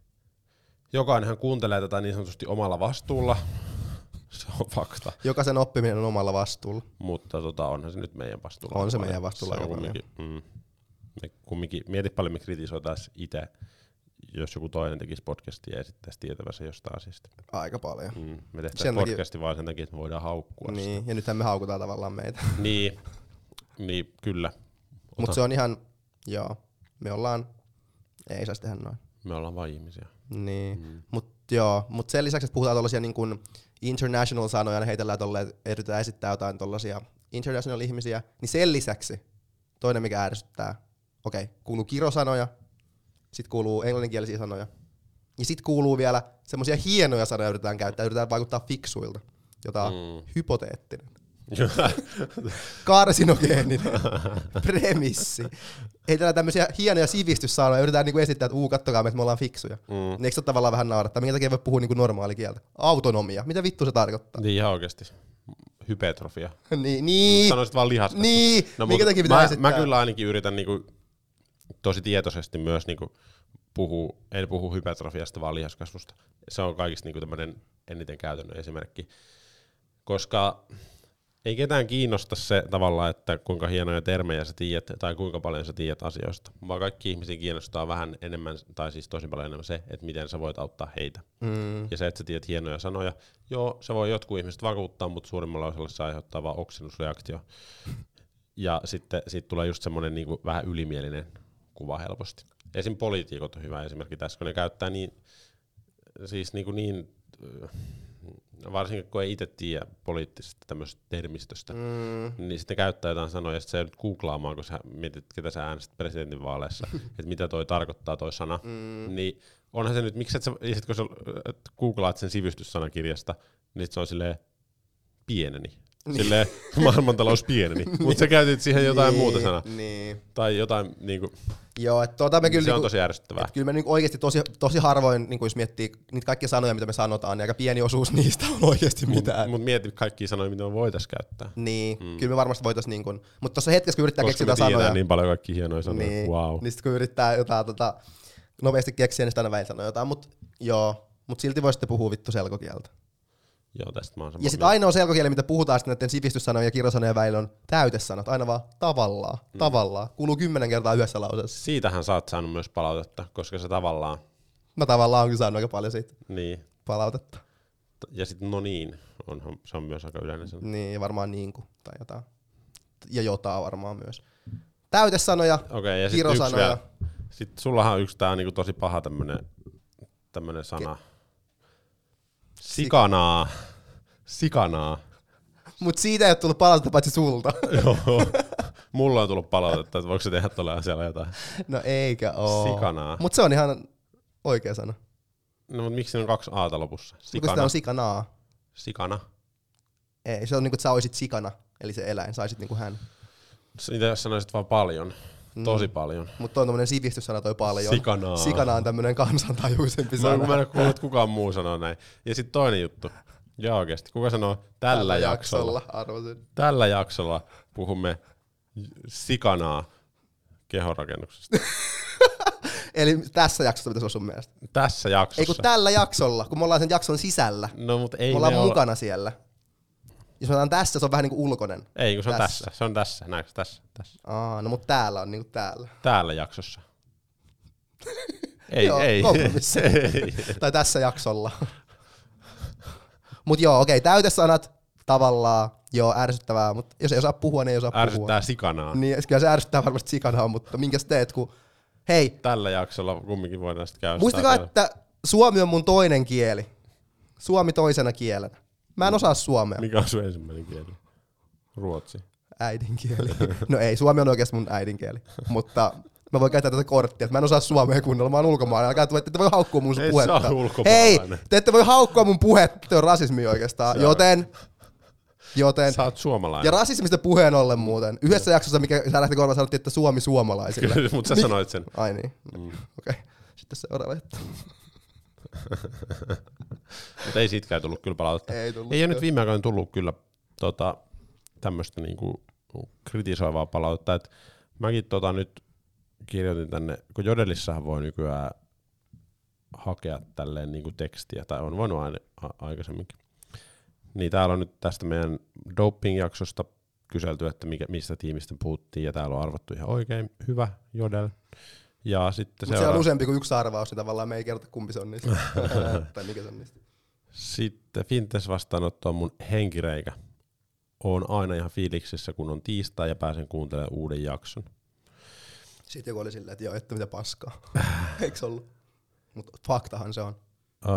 jokainenhan kuuntelee tätä niin sanotusti omalla vastuulla. Se on fakta. Jokaisen oppiminen on omalla vastuulla. Mutta tota, onhan se nyt meidän vastuulla. On se meidän vastuulla. Se on kumminkin, mm, me kumminkin, mieti paljon me kritisoitaisiin itse, jos joku toinen tekisi podcastia ja esittäisi tietävänsä jostain asiasta. Aika paljon. Mm, me tehtäisiin podcasti takia vaan sen takia, että me voidaan haukkua niin, sitä. Ja nythän me haukutaan tavallaan meitä. Niin, niin kyllä. Mutta se on ihan, joo, me ollaan, ei saisi tehdä noin. Me ollaan vain ihmisiä. Niin, mm. mutta joo, mut sen lisäksi, että puhutaan tollasia niin kuin international sanoja, ne heitellään tolleen, että yritetään esittää jotain tollasia international ihmisiä, niin sen lisäksi toinen mikä ärsyttää, okei, okay, kuuluu kirosanoja, sit kuuluu englanninkielisiä sanoja, ja sit kuuluu vielä semmosia hienoja sanoja yritetään käyttää, yritetään vaikuttaa fiksuilta, jota on mm. hypoteettinen. Karsinogeeninen premissi. Ei täällä tämmöisiä hienoja sivistyssanoja, yritetään niinku esittää, että uu, kattokaa me, että me ollaan fiksuja. Mm. Eikö se tavallaan vähän naurattaa? Minkä takia voi puhua niinku normaalikieltä? Autonomia. Mitä vittu se tarkoittaa? Niin ihan oikeesti. Hypetrofia. niin, niin. Sanoisit vaan lihaskasvu. Niin, no, minkä takia pitää mä, esittää? mä kyllä ainakin yritän niinku tosi tietoisesti myös niinku puhua, en puhu hypertrofiasta, vaan lihaskasvusta. Se on kaikista niinku tämmönen eniten käytännön esimerkki. Koska ei ketään kiinnosta se tavallaan, että kuinka hienoja termejä sä tiedät tai kuinka paljon sä tiedät asioista, vaan kaikki ihmisiä kiinnostaa vähän enemmän, tai siis tosi paljon enemmän se, että miten sä voit auttaa heitä. Mm. Ja se, että sä tiedät hienoja sanoja, joo, se voi jotkut ihmiset vakuuttaa, mutta suurimmalla osalla se aiheuttaa vaan oksennusreaktio. Ja sitten siitä tulee just semmoinen niinku vähän ylimielinen kuva helposti. Esim. Poliitikot on hyvä esimerkki tässä, kun ne käyttää niin, siis niinku niin, varsinkin kun ei itse tiedä poliittisesta tämmöisestä termistöstä, mm. niin sitten käyttää jotain sanoja, ja sitten sä joudut googlaamaan, kun sä mietit, ketä sä äänestit presidentinvaaleissa, että mitä toi tarkoittaa toi sana, mm. niin onhan se nyt, miksi et sä, ja sit kun sä googlaat sen sivistyssanakirjasta, niin sit se on silleen pieneni. Silleen maailmantalous pieneni, mutta sä käytit siihen jotain niin, muuta sanaa. Niin. Tai jotain niinku. Joo, että tuota me kyllä se niinku, on tosi ärsyttävää. Kyllä me niinku oikeesti tosi, tosi harvoin, niinku jos miettii niitä kaikkia sanoja, mitä me sanotaan, niin aika pieni osuus niistä on oikeesti mitään. Mut mieti kaikkia sanoja, mitä me voitais käyttää. Niin, mm. kyllä me varmasti voitais niinku, mutta tuossa hetkessä kun yrittää koska keksiä sanoja. niin paljon kaikkia hienoja sanoja, niin, wow. Niin sit kun yrittää jotain tota, nopeasti keksiä, niin sitä aina väin sanoa jotain, mut joo, mut silti voi sitten puhua vittu selkokieltä. Joo, tästä mä oon ja sitten ainoa selkokieli, mitä puhutaan sitten näiden sivistyssanojen ja kirosanojen välillä on täytesanat, aina vaan tavallaan, mm. tavallaan. Kuuluu kymmenen kertaa yhdessä lauseessa. Siitähän sä oot saanut myös palautetta, koska se tavallaan. Mä tavallaan onkin saanut aika paljon siitä niin. palautetta. Ja sitten no niin, onhan, se on myös aika yleinen sana. Niin, ja varmaan niinku tai jotain. Ja jotain varmaan myös. Täytesanoja, Okei, ja kirosanoja. Sitten sullahan on yksi tää niinku tosi paha tämmönen, tämmönen sana. Sikanaa. Sikanaa. Mut siitä ei ole tullut palautetta paitsi sulta. Joo. Mulla on tullut palautetta, että voiko se tehdä tuolla asialla jotain. No eikä oo. Sikanaa. Mut se on ihan oikea sana. No mut miksi siinä on kaksi aata lopussa? Sikana. Sitä on sikanaa. Sikana. Ei, se on niinku, että sä oisit sikana, eli se eläin, saisit niinku hän. Niitä jos sanoisit vaan paljon. Tosi Mm. paljon. Mutta toi on tommonen sivistyssana toi paljon. Sikanaa. Sikana on tämmönen kansantajuisempi sana. No kun mä en ole kuullut, että kukaan muu sanoo näin. Ja sitten toinen juttu. Ja oikeesti, kuka sanoo tällä, tällä jaksolla? Arvasin. Tällä jaksolla puhumme sikanaa kehonrakennuksesta. Eli tässä jaksossa pitäisi olla sun mielestä. Tässä jaksossa. Ei kun tällä jaksolla, kun me ollaan sen jakson sisällä. No mut ei me ollaan me mukana olla... siellä. Jos me ollaan tässä, se on vähän niinku ulkoinen. Ei, kun se on tässä. tässä. Se on tässä. Näetkö tässä? Tässä. Aa, no mut täällä on niinku täällä. Täällä jaksossa. Ei, Joo, ei. kompromissi. ei. Tai tässä jaksolla. Mut joo, okei, täytesanat tavallaan, joo, ärsyttävää, mutta jos ei osaa puhua, niin ei osaa Ärsyttää puhua. sikanaa. Niin, kyllä se ärsyttää varmasti sikanaa, mutta minkäs teet, kun... Hei, Tällä jaksolla kumminkin voidaan sitten käydä. muistakaa, että suomi on mun toinen kieli. Suomi toisena kielenä. Mä en osaa suomea. Mikä on sun ensimmäinen kieli? Ruotsi. Äidinkieli. No ei, suomi on oikeasti mun äidinkieli. Mutta mä voin käyttää tätä korttia, että mä en osaa suomea kunnolla, mä oon ulkomaalainen. Älkää, te ette voi haukkua mun Ei puhetta. se ole ulkomaalainen. Hei, te ette voi haukkua mun puhetta, te on rasismi oikeastaan. Se on. Joten, joten. Sä oot suomalainen. Ja rasismista puheen ollen muuten. Yhdessä jaksossa, mikä sä lähti korvaan, sanottiin, että Suomi suomalaisille. Kyllä, mutta sä Mik- sanoit sen. Ai niin, Mm. okei. Okay. Sitten seuraava juttu. Mutta ei siitäkään tullut kyllä palautetta. Ei tullut. Ei ole nyt viime aikoina tullut kyllä tota, tämmöistä niinku kritisoivaa palautetta. Et mäkin tota nyt kirjoitin tänne, kun Jodelissahan voi nykyään hakea tälleen niinku tekstiä, tai on voinut aina, a- aikaisemminkin. Niin täällä on nyt tästä meidän doping-jaksosta kyselty, että mikä, mistä tiimistä puhuttiin, ja täällä on arvattu ihan oikein. Hyvä, Jodel. Ja sitten Mutta se on useampi kuin yksi arvaus, niin tavallaan me ei kerrota kumpi se on niistä. Tai mikä se on niistä. Sitten Fintes vastaanotto on mun henkireikä. Oon aina ihan fiiliksissä, kun on tiistai ja pääsen kuuntelemaan uuden jakson. Sitten joku oli silleen, että joo, että mitä paskaa. Eikö ollut? Mutta faktahan se on. Öö,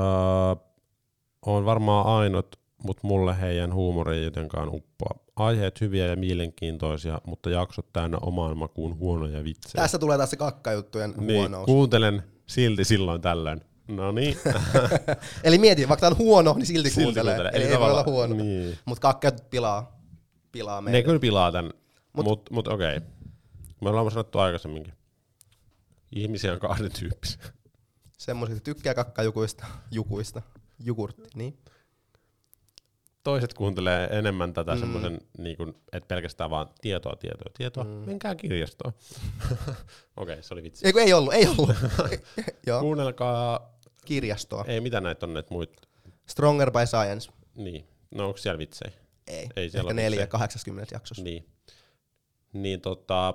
on varmaan ainut, mutta mulle heidän huumori ei jotenkaan uppoa. Aiheet hyviä ja mielenkiintoisia, mutta jaksot täynnä omaan makuun huonoja vitsejä. Tässä tulee taas se kakkajuttujen niin, huonous. kuuntelen silti silloin tällöin. No niin. Eli mieti, vaikka tää on huono, niin silti, Silti kuuntelee. kuuntelee. Eli Eli ei voi olla tavallaan- huono. niin. Mutta kakkajutut pilaa, pilaa Ne meitä. kyllä pilaa tän, Mut- mut, mut okei. Me ollaan sanottu aikaisemminkin. Ihmisiä on kahden tyyppisiä. Semmoiset, jotka tykkää kakkajukuista, jukuista, jogurtti, niin. Toiset kuuntelee enemmän tätä Mm. mm. semmoisen, niin että pelkästään vaan tietoa, tietoa, tietoa. Mm. Mm. Menkää kirjastoon. Okei, okay, se oli vitsi. Ei, kun ei ollut, ei ollut. Joo, Kuunnelkaa, kirjastoa. ei mitä näitä on näitä muita. Stronger by Science. Niin, no onko siellä vitsejä? Ei, Ei siellä ehkä ole neljä vitsejä. kahdeksankymmentä jaksossa. Niin. Niin tota,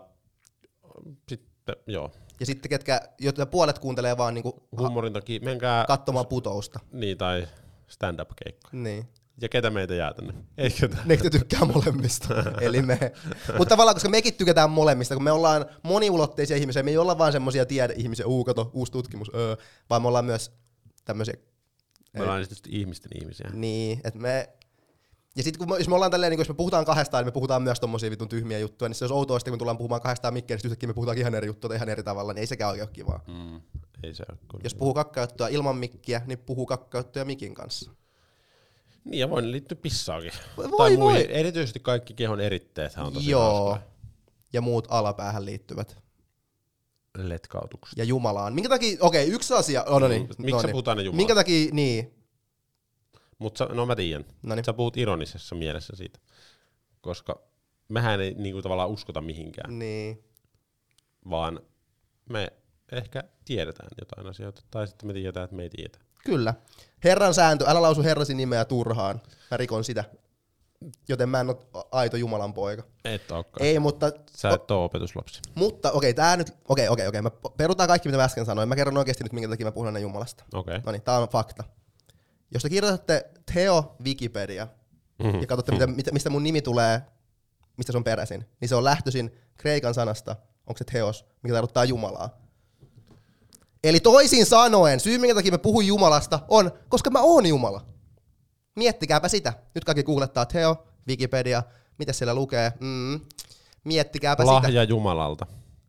sitten joo, Ja sitten ketkä, joita puolet kuuntelee vaan niinku huumorin takia menkää, katsomaan putousta. niin tai stand-up-keikka. Niin. Ja ketä meitä jää tänne? Ei ketään. Ne, jotka tykkää molemmista. Eli me. Mutta tavallaan, koska mekin tykätään molemmista, kun me ollaan moniulotteisia ihmisiä, me ei olla vaan semmosia tiedeihmisiä, uu kato, uusi tutkimus, öö, vaan me ollaan myös tämmöisiä. Me ollaan tietysti ihmisten ihmisiä. Niin, että me. Ja sitten kun me, jos me ollaan tälleen, niin kun jos me puhutaan kahdestaan, niin me puhutaan myös tommosia vitun tyhmiä juttuja, niin se olisi outoa, kun tullaan puhumaan kahdestaan mikkeen, niin yhtäkkiä me puhutaan ihan eri juttuja tai ihan eri tavalla, niin ei sekään oikein ole kivaa. Mm, ei se ole kyllä. Jos puhuu kakkajuttuja ilman mikkiä, niin puhuu kakkajuttuja mikin kanssa. Niin ja voi liittyä pissaakin. Voi, tai voi. muihin. Erityisesti kaikki kehon eritteethän on tosi Joo. hauskoja. Ja muut alapäähän liittyvät. Letkautukset. Ja Jumalaan. Minkä takia, okei, yksi asia, oh, no niin. Miksi no sä niin. puhut aina Jumalasta? Minkä takia, niin, Mut sä, no mä tiedän. Noniin. Sä puhut ironisessa mielessä siitä. Koska mehän ei niinku tavallaan uskota mihinkään, niin. vaan me ehkä tiedetään jotain asioita. Tai sitten me tiedetään, että me ei tiedä. Kyllä. Herran sääntö, älä lausu herrasi nimeä turhaan. Mä rikon sitä. Joten mä en ole aito Jumalan poika. Et olekaan. Ei, mutta, Sä et oo opetuslapsi. mutta okei, tää nyt, okei, okei, okei. Mä perutaan kaikki, mitä mä äsken sanoin. Mä kerron oikeasti nyt, minkä takia mä puhun aina Jumalasta. Okei. Okay. No niin, tää on fakta. Jos te kirjoitatte Theo Wikipedia mm-hmm. ja katsotte, mm-hmm. mitä, mistä mun nimi tulee, mistä se on peräisin, niin se on lähtöisin kreikan sanasta, onko se Theos, mikä tarkoittaa Jumalaa. Eli toisin sanoen, syy minkä takia mä puhun Jumalasta on, koska mä oon Jumala. Miettikääpä sitä. Nyt kaikki googlettaa Theo, Wikipedia, mitä siellä lukee. Mm. Miettikääpä Lahja sitä. Lahja Jumalalta.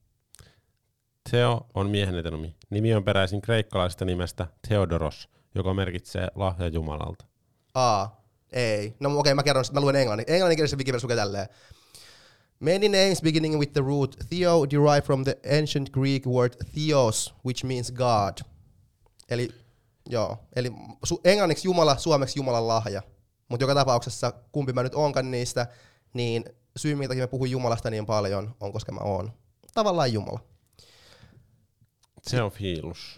Theo on miehen etenomi. Nimi on peräisin kreikkalaisesta nimestä Theodoros, joka merkitsee lahja Jumalalta. Aa, ei. No okei, okay, mä kerron, mä luen englannin. Englanninkielisen Wikipedia lukee tälleen. Many names beginning with the root Theo derive from the ancient Greek word theos, which means God. Eli, joo, eli su- englanniksi Jumala, suomeksi Jumalan lahja. Mutta joka tapauksessa, kumpi mä nyt onkaan niistä, niin syy, minkä takia mä puhun Jumalasta niin paljon, on koska mä oon tavallaan Jumala. Theophilus.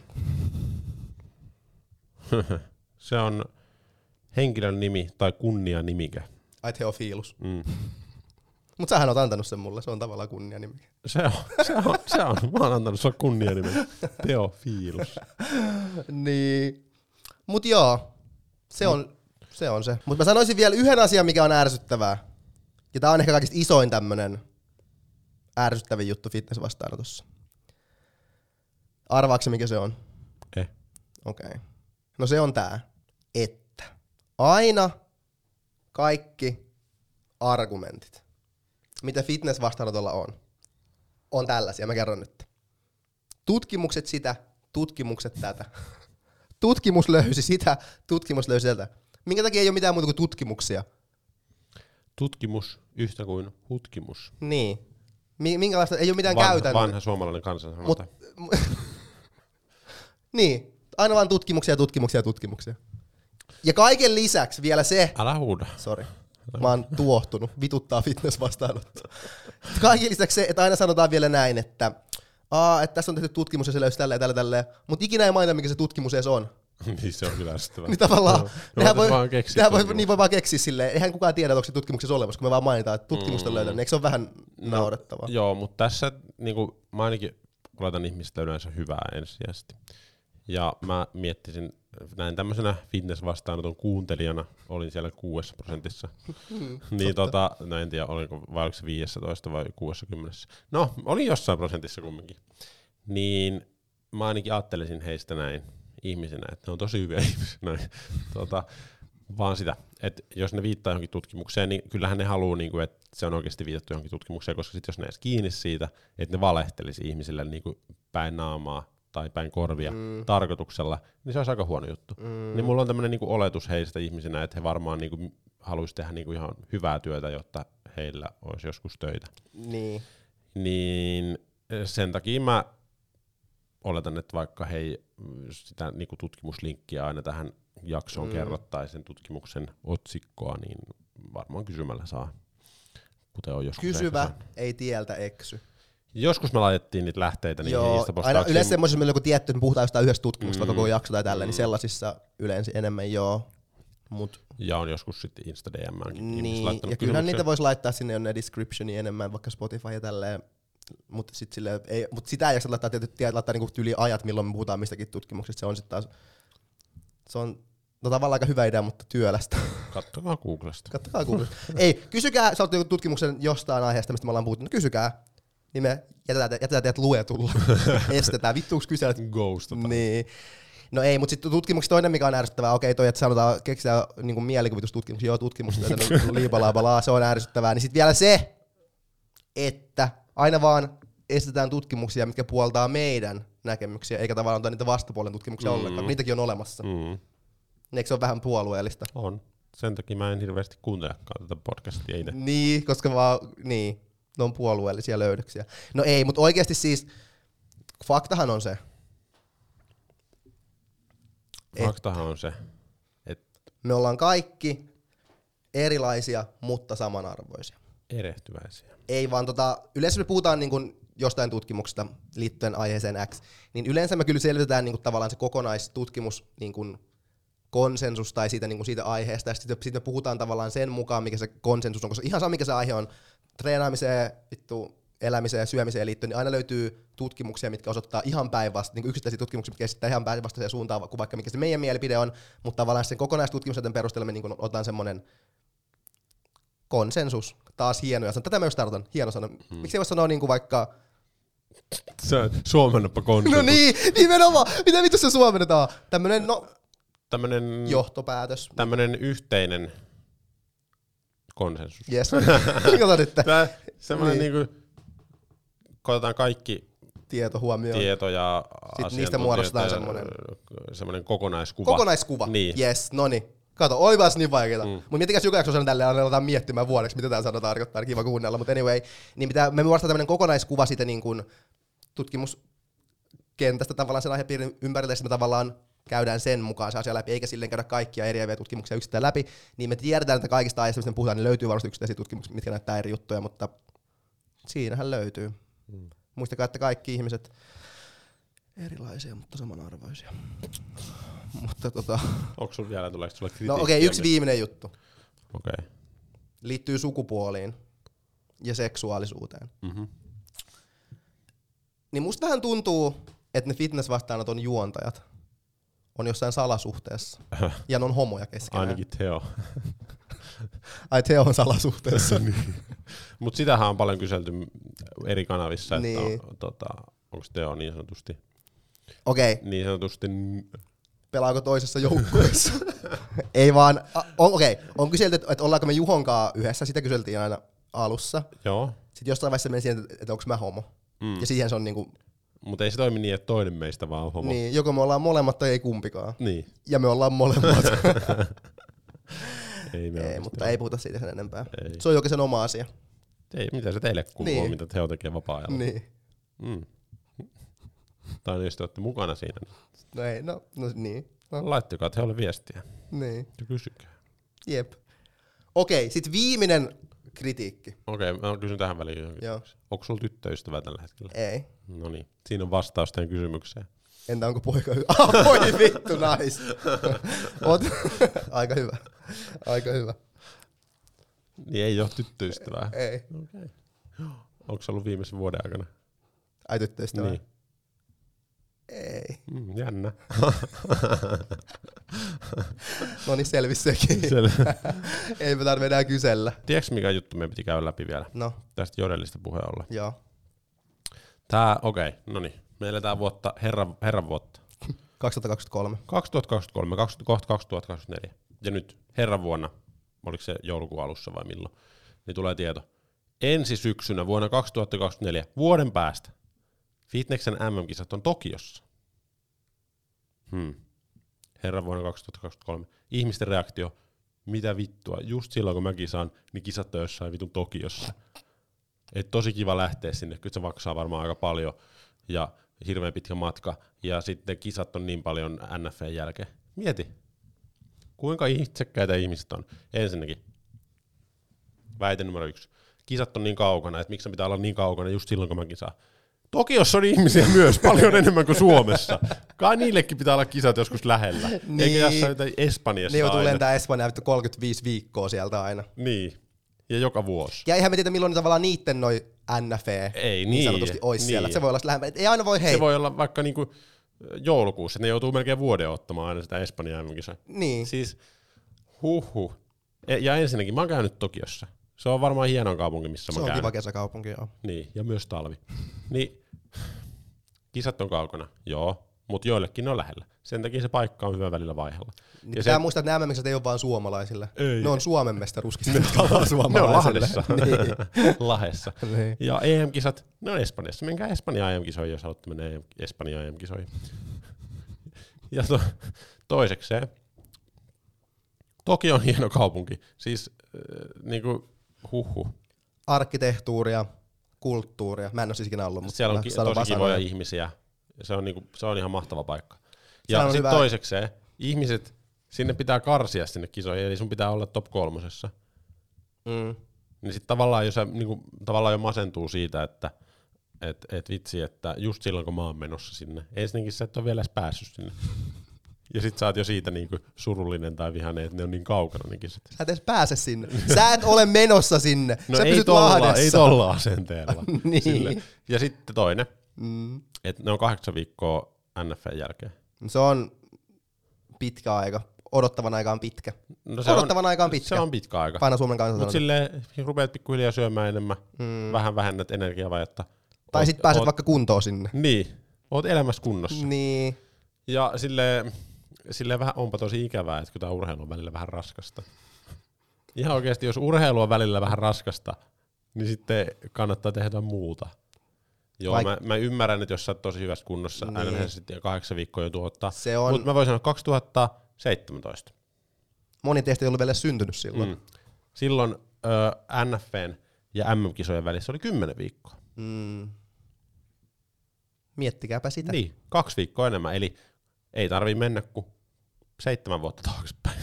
Se on henkilön nimi tai kunnianimike. Ai Theophilus. Mm. Mut sähän oot antanut sen mulle, se on tavallaan kunnianimike. Se on, se on, se on. Mä oon antanut sulle kunnianimike. Theophilus. Niin. Mut joo, se on se. On se. Mut mä sanoisin vielä yhden asian, mikä on ärsyttävää. Ja tää on ehkä kaikista isoin tämmönen ärsyttävin juttu fitness-vastaanotossa. Arvaatko mikä se on? Eh. Okei. Okay. No se on tää, että aina kaikki argumentit, mitä fitness-vastaanotolla on, on tällaisia. Mä kerron nyt. Tutkimukset sitä, tutkimukset tätä. Tutkimus löysi sitä, tutkimus löysi tätä. Minkä takia ei ole mitään muuta kuin tutkimuksia? Tutkimus yhtä kuin hutkimus. Niin. Minkälaista, ei ole mitään vanha, käytännön. Vanha suomalainen kansansanonta. Mut, niin, aina vaan tutkimuksia, tutkimuksia, tutkimuksia. Ja kaiken lisäksi vielä se... Älä huuda. Sori. Mä oon tuohtunut. Vituttaa fitness-vastaanotto. Kaiken lisäksi se, että aina sanotaan vielä näin, että, Aa, että tässä on tehty tutkimus ja se löysi tälleen, tälleen, tälleen. Mutta ikinä ei mainita, mikä se tutkimus edes on. Niin se on kyllä ärsyttävää. Niin tavallaan, no, nehän voi, vaan nehän voi, niin voi vaan keksiä silleen. Eihän kukaan tiedä, onko se tutkimuksessa olemassa, kun me vaan mainitaan, että tutkimusta on mm. löytänyt. Eikö se ole vähän no, naurettavaa? Joo, mutta tässä niinku, mä ainakin oletan ihmistä yleensä hyvää ensisijaisesti. Ja mä miettisin, näin tämmöisenä fitness-vastaanoton kuuntelijana, olin siellä kuudessa prosentissa. Mm, niin tota, no en tiedä, oliko, vai oliko se viisitoista vai kuusikymmentä. No, olin jossain prosentissa kumminkin. Niin mä ainakin ajattelisin heistä näin ihmisenä, että ne on tosi hyviä ihmisiä. Näin. Tota, vaan sitä, että jos ne viittaa johonkin tutkimukseen, niin kyllähän ne haluaa, niin kuin, että se on oikeasti viitattu johonkin tutkimukseen, koska sit jos ne edes kiinni siitä, että ne valehtelisi ihmisille niin kuin päin naamaa tai päin korvia mm. tarkoituksella, niin se olisi aika huono juttu. Mm. Niin mulla on tämmöinen niin kuin oletus heistä ihmisinä, että he varmaan niin kuin haluaisi tehdä niin kuin ihan hyvää työtä, jotta heillä olisi joskus töitä. Niin. Niin sen takia mä oletan, että vaikka hei sitä niin kuin tutkimuslinkkiä aina tähän jaksoon mm. kerrottaisiin sen tutkimuksen otsikkoa, niin varmaan kysymällä saa, kuten on joskus. Kysyvä ei tieltä eksy. Joskus me laitettiin niitä lähteitä niihin Insta-postauksiin. Aina yleensä semmoisessa, meillä on joku tietty, että me puhutaan jostain yhdestä tutkimuksesta, mm. vaikka koko jakso tai tälleen, mm. niin sellaisissa yleensä enemmän joo. Mut. Ja on joskus sitten Insta-D M:nkin niin, ja kyllähän niitä voisi laittaa sinne jonne descriptioniin enemmän, vaikka Spotify ja tälleen. Mutta sit silleen, ei, mut sitä ei jaksa laittaa, tietysti, laittaa niinku tyyli ajat, milloin me puhutaan mistäkin tutkimuksesta. Se on sitten taas, se on no, tavallaan aika hyvä idea, mutta työlästä. Kattokaa Googlesta. Kattokaa Googlesta. Ei, kysykää, sä oot joku tutkimuksen jostain aiheesta, mistä me ollaan puhuttu, no kysykää. Niin me jätetään, jätetään teidät luetulla. Estetään, vittuuks kyselet. Ghostataan. Niin. No ei, mutta sitten tutkimuksessa toinen, mikä on ärsyttävää, okei toi, että sanotaan, keksitään niinku mielikuvitustutkimuksia, joo tutkimusta, liipalaabalaa, se on ärsyttävää. Niin sitten vielä se, että aina vaan estetään tutkimuksia, mitkä puoltaa meidän näkemyksiä, eikä tavallaan ota niitä vastapuolen tutkimuksia mm. ollenkaan, niitäkin on olemassa. Mm. Eikö se ole vähän puolueellista? On. Sen takia mä en hirveästi kuuntelekaan tätä podcastia itse. Niin, koska vaan, niin, ne on puolueellisia löydöksiä. No ei, mutta oikeasti siis, faktahan on se. Faktahan on se, että me ollaan kaikki erilaisia, mutta samanarvoisia. Erehtyväisiä. Ei vaan tota, yleensä me puhutaan niin kun jostain tutkimuksesta liittyen aiheeseen X, niin yleensä me kyllä selvitetään niin kun tavallaan se kokonaistutkimus niin kun konsensus tai siitä, niin kun siitä aiheesta, ja sitten sit me puhutaan tavallaan sen mukaan, mikä se konsensus on, koska ihan sama mikä se aihe on, treenaamiseen, vittu, elämiseen ja syömiseen liittyen, niin aina löytyy tutkimuksia, mitkä osoittaa ihan päinvastaista, niin yksittäisiä tutkimuksia, mitkä esittää ihan päinvastaiseen suuntaan kuin vaikka mikä se meidän mielipide on, mutta tavallaan sen kokonaistutkimuksen perusteella me niin otetaan semmoinen konsensus, taas hieno, ja sanon, tätä mä just tarkoitan, hieno sana. Hmm. Miksi ei voi sanoa niin kuin vaikka... Se on suomennapa konsensus. No niin, nimenomaan, mitä vittu se suomennetaan? Tämmönen, no... Tämmönen... Johtopäätös. Tämmönen yhteinen konsensus. Jes, kato nyt. Tää semmoinen niin. niinku, koetaan kaikki tieto huomioon. Tieto ja sitten niistä muodostetaan semmoinen semmoinen kokonaiskuva. Kokonaiskuva, niin. Yes, noniin. Kato, olipas niin vaikeeta. Mm. Mutta mietikäs joka jakso on tälleen, aletaan miettimään vuodeksi, mitä tämä sana tarkoittaa, kiva kuunnella. Mutta anyway, niin mitä, me muodostetaan tämmöinen kokonaiskuva siitä niin kuin tutkimuskentästä tavallaan sen aihepiirin ympärillä, ja me tavallaan käydään sen mukaan se asia läpi, eikä silleen käydä kaikkia eriäviä tutkimuksia yksittäin läpi, niin me tiedetään, että kaikista aiheista, mistä me puhutaan, niin löytyy varmasti yksittäisiä tutkimuksia, mitkä näyttää eri juttuja, mutta siinähän löytyy. Mm. Muistakaa, että kaikki ihmiset erilaisia, mutta samanarvoisia. Mutta tota... Onko sun vielä, tuleeko sulle kritiikkiä? No okei, okay, yksi viimeinen juttu. Okei. Okay. Liittyy sukupuoliin ja seksuaalisuuteen. Mm-hmm. Niin musta vähän tuntuu, että ne fitness-vastaanoton juontajat on jossain salasuhteessa. Ja ne on homoja keskenään. Ainakin Teo. Ai Teo on salasuhteessa. Niin. Mut sitähän on paljon kyselty eri kanavissa, niin. Että on, tota, onko Teo niin sanotusti, okay. niin sanotusti pelaako toisessa joukkueessa? Ei vaan, on, okei, okay. On kyselty, että ollaanko me Juhonkaan yhdessä, sitä kyseltiin aina alussa. Joo. Sitten jostain vaiheessa meni siihen, että onko mä homo. Mm. Ja siihen se on niinku... Mutta ei se toimi niin, että toinen meistä vaan on homo. Niin, joko me ollaan molemmat tai ei kumpikaan. Niin. Ja me ollaan molemmat. ei, me ei mutta ei puhuta siitä sen enempää. Ei. Se on jokin sen oma asia. Ei, mitä se teille kuuluu, niin. Mitä Teo tekee vapaa-ajalla. Niin. Mm. Tai jos te olette mukana siinä. No ei, no, no niin. No. Laittakaa Teolle viestiä. Niin. Ja kysykää. Jep. Okei, sit viimeinen kritiikki. Okei, mä kysyn tähän väliin. Joo. Onko sulla tyttöystävä tällä hetkellä? Ei. No niin, siinä on vastaus tähän kysymykseen. Entä onko poika hyvä? Ah, voi vittu, nais. Oot aika hyvä. Aika hyvä. Niin ei ole tyttöystävää? Ei. Okei. Onko se ollut viimeisen vuoden aikana? Ai tyttöystävää? Niin. Ei. Mm, jännä. No niin, selvisi sekin. Sel- Ei me tarvitse enää kysellä. Tiedätkö mikä juttu meidän piti käydä läpi vielä? No. Tästä Jodellista puheen ollen. Joo. Tää, okei, okay, no niin. Me eletään vuotta, herran, herran vuotta. kaksituhattakaksikymmentäkolme. kaksituhattakaksikymmentäkolme, kohta kaksituhattakaksikymmentäneljä. Ja nyt herran vuonna, oliko se joulukuun alussa vai milloin, niin tulee tieto. Ensi syksynä vuonna kaksituhattakaksikymmentäneljä, vuoden päästä, Fitneksen M M-kisat on Tokiossa. Hmm. Herran vuonna kaksituhattakaksikymmentäkolme. Ihmisten reaktio, mitä vittua, just silloin kun mä kisaan, niin kisat on jossain vitun Tokiossa. Et tosi kiva lähteä sinne, kyllä se maksaa varmaan aika paljon ja hirveän pitkä matka. Ja sitten kisat on niin paljon N F N jälkeen. Mieti, kuinka itsekkäitä ihmiset on. Ensinnäkin, väite numero yksi. Kisat on niin kaukana, että miksi se pitää olla niin kaukana just silloin kun mä kisaan. Tokiossa on ihmisiä myös paljon enemmän kuin Suomessa. Kai niillekin pitää olla kisat joskus lähellä. Niin. Eikä jossain jotain Espanjassa ne joutuu aina. lentää Espanjaan kolmekymmentäviisi viikkoa sieltä aina. Niin. Ja joka vuosi. Ja eihän me tiedä milloin tavallaan niitten noi N F E ei, niin, niin sanotusti ois niin. siellä. Se voi olla lähempänä. Ei aina voi hei. Se voi olla vaikka niinku joulukuussa, ne joutuu melkein vuoden ottamaan aina sitä Espanjaa M M-kisaa. Niin. Siis huhhuh. Ja ensinnäkin mä oon käynyt Tokiossa. Se on varmaan hieno kaupunki, missä se mä on käyn. kiva kesäkaupunki, joo. Niin, ja myös talvi. Niin, kisat on kaukana, joo, mutta joillekin ne on lähellä. Sen takia se paikka on hyvä välillä vaihella. Niin pitää se... muistaa, että nämä M M-kisat ei ole vaan suomalaisille. Ei. Ne on Suomen mestaruuskisat, jotka on vaan suomalaisille. Ne on Lahdessa. niin. Lahdessa. Niin. Ja E M-kisat, ne on Espanjassa. Menkää Espanjaan E M-kisoihin, jos haluatte mennä Espanjaan E M-kisoihin. Ja to, toisekseen, Tokio on hieno kaupunki. Siis äh, niinku huhhuh. Arkkitehtuuria, kulttuuria. Mä en ole siis ikinä ollut, mutta siellä on ki- tosi kivoja sanoja. ihmisiä. Se on, niinku, se on ihan mahtava paikka. Ja sitten hyvä... toisekseen, ihmiset, sinne pitää karsia sinne kisoihin, eli sun pitää olla top kolmosessa. Mm. Niin sit tavallaan jo, se, niinku, tavallaan jo masentuu siitä, että et, et vitsi, että just silloin kun mä oon menossa sinne. Ensinnäkin sä et ole vielä edes päässyt sinne. Ja sit sä oot jo siitä niinku surullinen tai vihainen, että ne on niin kaukana ne kisat. Sä et edes pääse sinne. Sä et ole menossa sinne. No sä ei pysyt tolla, Lahdessa. ei tolla asenteella. niin. Sille. Ja sitten toinen, mm. että ne on kahdeksan viikkoa N F L jälkeen. Se on pitkä aika. Odottavan aika on pitkä. No se Odottavan on, aika on pitkä. Se on pitkä aika. Paina Suomen kanssa. Mutta silleen rupeat pikkuhiljaa syömään enemmän, mm. vähän vähennät energiavajetta. Tai oot, sit pääset oot, vaikka kuntoon sinne. Niin, oot elämässä kunnossa. Niin. Ja silleen, silleen vähän onpa tosi ikävää, että kun tää urheilu on välillä vähän raskasta. Ihan oikeesti, jos urheilu on välillä vähän raskasta, niin sitten kannattaa tehdä muuta. Joo, Vaik- mä, mä ymmärrän, että jos sä oot tosi hyvässä kunnossa, niin. aina sitten kahdeksan viikkoa jo tuottaa. On... Mutta mä voin sanoa kaksituhattaseitsemäntoista. Moni teistä ei ollut vielä syntynyt silloin. Mm. Silloin ö, N F N ja M M-kisojen välissä oli kymmenen viikkoa. Mm. Miettikääpä sitä. Niin, kaksi viikkoa enemmän, eli ei tarvii mennä kuin seitsemän vuotta taaksepäin.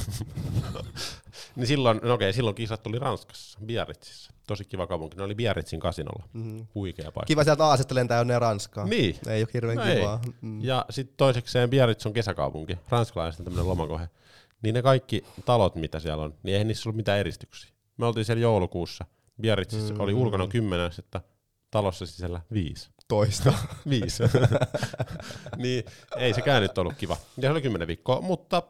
niin silloin, no okei, silloin kisat oli Ranskassa, Biarritzissa. Tosi kiva kaupunki, ne oli Biarritzin kasinolla. Mm-hmm. Huikea paikka. Kiva sieltä Aasiasta lentää jonne Ranskaan. Niin. Ei ole hirveän no kivaa. Mm. Ja sitten toisekseen Biarritz on kesäkaupunki, ranskalaisten tämmönen lomakohe. Niin ne kaikki talot, mitä siellä on, niin eihän niissä ollut mitään eristyksiä. Me oltiin siellä joulukuussa. Biarritzissa mm. oli ulkona kymmenen, että talossa sisällä viisi. Toista. Viisi. niin ei sekään nyt ollut kiva. Ja se oli kymmenen viikkoa, mutta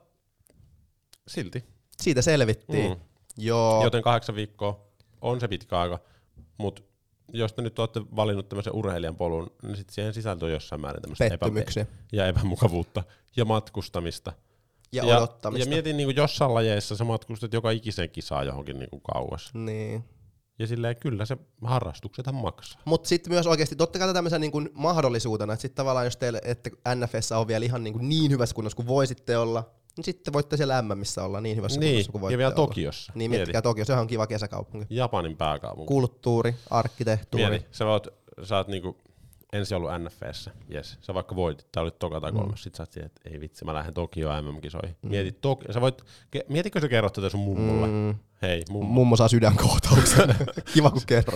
silti. Siitä selvittiin. Mm. Joo. Joten kahdeksan viikkoa on se pitkä aika, mutta jos te nyt olette valinnut tämmöisen urheilijan polun, niin sitten siihen sisältyy jossain määrin tämmöistä pettymyksiä epä- ja epämukavuutta ja matkustamista. Ja, ja odottamista. Ja mietin niin kuin jossain lajeissa sä matkustat joka ikisen kisaa johonkin niin kuin kauas. Niin. Ja silleen kyllä se harrastuksethan maksaa. Mutta sitten myös oikeasti, totta kai tämmöisen niin kuin mahdollisuutena, että sitten tavallaan jos teille, että N F S on vielä ihan niin, kuin niin hyvässä kunnossa kuin voisitte olla, niin sitten voitte siellä M M:ssä olla niin hyvässä niin, kunnossa kuin voitte ja vielä olla. Tokiossa. Niin, miettikää Tokio, sehän on kiva kesäkaupunki. Japanin pääkaupunki. Kulttuuri, arkkitehtuuri. Mieti, sä, voit, sä oot niinku ensin ollut N F S:ssä, jes. Sä vaikka voitit, tää olit toka tai kolmas, mm. sit sä oot siihen, että ei vitsi, mä lähden Tokioon M M-kisoihin. Mm. Mieti, Tokio, sä voit, ke, mietitkö sä kerrot tätä sun mummulle? Mm. Hei, mummo. Mummo saa sydänkohtauksen. Kiva kun kerrot.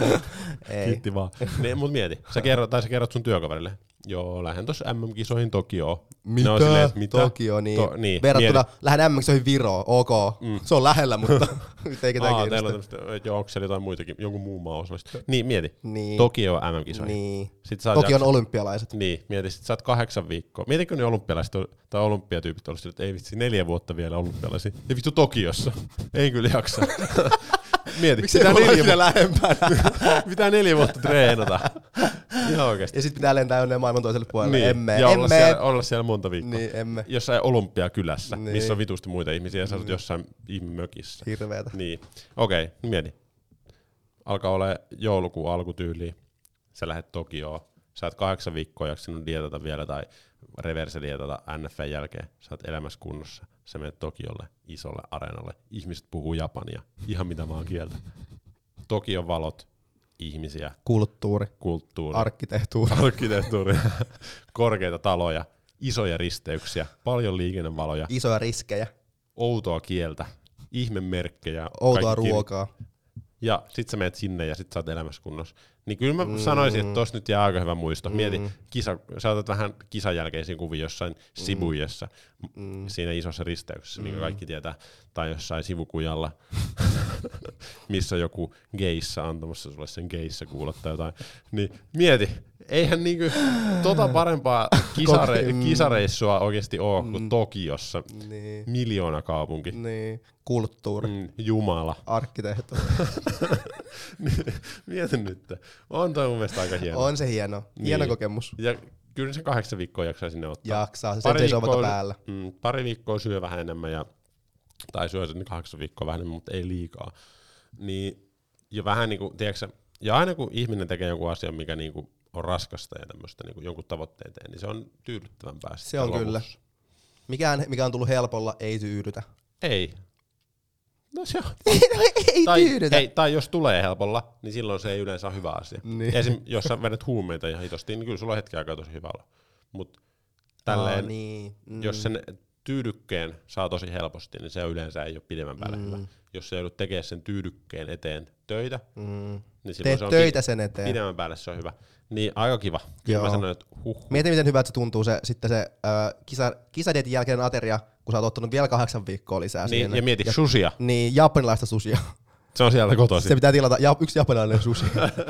Ei. Kiitti vaan. Ne, mut mieti, sä kerrot, tai sä kerrot sun työkaverille. Joo, lähden tossa M M-kisoihin Tokioon. Mitä? No, silleen, mitä? Tokio, niin. To, niin. Verrattuna mieti. Lähden M M-kisoihin Viroon, ok. Mm. Se on lähellä, mutta nyt ei ketään kiinnosta. Teillä on tämmöistä, joo, onko siellä jotain muitakin, jonkun muun maan osallista. Niin, mieti. Niin. Tokio M M-kisoihin. Niin. Tokion jaksa... olympialaiset. Niin, mieti, sit sä oot kahdeksan viikkoa. Mietitkö ne olympialaiset tai olympiatyypit olisivat, että ei vitsi, neljä vuotta vielä olympialaisia. Ja vittu Tokiossa. Ei kyllä jaksa. Mieti, miksi pitää neljä vuotta lähempänä? Pitää neljä vuotta treenata. Ihan oikeesti. Ja sit pitää lentää jonne maailman toiselle puolelle. Niin. Emme. Ja emme. Olla, siellä, olla siellä monta viikkoa. Niin, emme. Jossain Olympiakylässä, niin. Missä on vitusti muita ihmisiä ja sä oot mm. jossain ihmemökissä. Hirveetä. Niin. Okei, okay, mieti. Alkaa olla joulukuun alkutyyliin. Sä lähdet Tokioon. Sä oot kahdeksan viikkoa jaksanut dietata vielä tai reverse dietata N F N jälkeen. Sä oot elämässä kunnossa. Sä menet Tokiolle, isolle areenalle. Ihmiset puhuu japania. Ihan mitä vaan kieltä. Tokion valot, ihmisiä. Kulttuuri. Kulttuuri. Arkkitehtuuri. Arkkitehtuuri. Korkeita taloja. Isoja risteyksiä. Paljon liikennevaloja. Isoja riskejä. Outoa kieltä. Ihmemerkkejä. Outoa ruokaa. Ja sit sä menet sinne ja sit sä oot elämässä kunnossa. Niin kyllä mä mm. sanoisin, että tossa nyt jää aika hyvä muisto. Mm. Mieti, kisa, sä otat vähän kisan jälkeisiin kuvia jossain mm. Sibujassa, mm. siinä isossa risteyksessä, mm. minkä kaikki tietää, tai jossain sivukujalla, missä joku geissa antamassa sulle sen geissa kuulottaa jotain. Niin mieti, eihän niinku tota parempaa kisare, kisareissua oikeesti oo kuin mm. Tokiossa. Niin. Miljoona kaupunki. Niin. Kulttuuri. Mm, Jumala. Arkkitehtuuri. Mieti nyt. On toi mun mielestä aika hieno. On se hieno. Hieno niin. Kokemus. Ja kyllä se kahdeksan viikkoa jaksaa sinne ottaa. Jaksaa, se seisoo päällä. Mm, pari viikkoa syö vähän enemmän, ja, tai syö sen kahdeksan viikkoa vähän enemmän, mutta ei liikaa. Niin, ja vähän niinku, tiedätkö, ja aina kun ihminen tekee jonkun asian, mikä niinku on raskasta ja tämmöistä niinku jonkun tavoitteen teen, niin se on tyydyttävämpää. Se on lopussa. Kyllä. Mikään, mikä on tullut helpolla, ei tyydytä. Ei. No se on. ei, no, ei tai, tyydytä. Ei, tai jos tulee helpolla, niin silloin se ei yleensä ole hyvä asia. Niin. Esim. Jos sä vedät huumeita ja hitosti, niin kyllä sulla on hetki aikaa tosi hyvä olla. Mut tälleen, oh, niin. mm. jos sen tyydykkeen saa tosi helposti, niin se yleensä ei ole pidemmän päälle Mm. hyvä. Jos sä joudut tekemään sen tyydykkeen eteen töitä, Mm. niin silloin Teet se on töitä pi- sen eteen. pidemmän päälle se on hyvä. Niin aika kiva. Kyllä Joo. mä sanoin, että huh. Mieti, miten hyvältä se tuntuu se, sitten se äh, kisa, kisadietin jälkeinen ateria, kun sä oot ottanut vielä kahdeksan viikkoa lisää Niin, siihen. ja mieti ja, sushia. Niin, japanilaista sushia. Se on sieltä kotoisin. Se pitää tilata ja, yksi japanilainen sushi.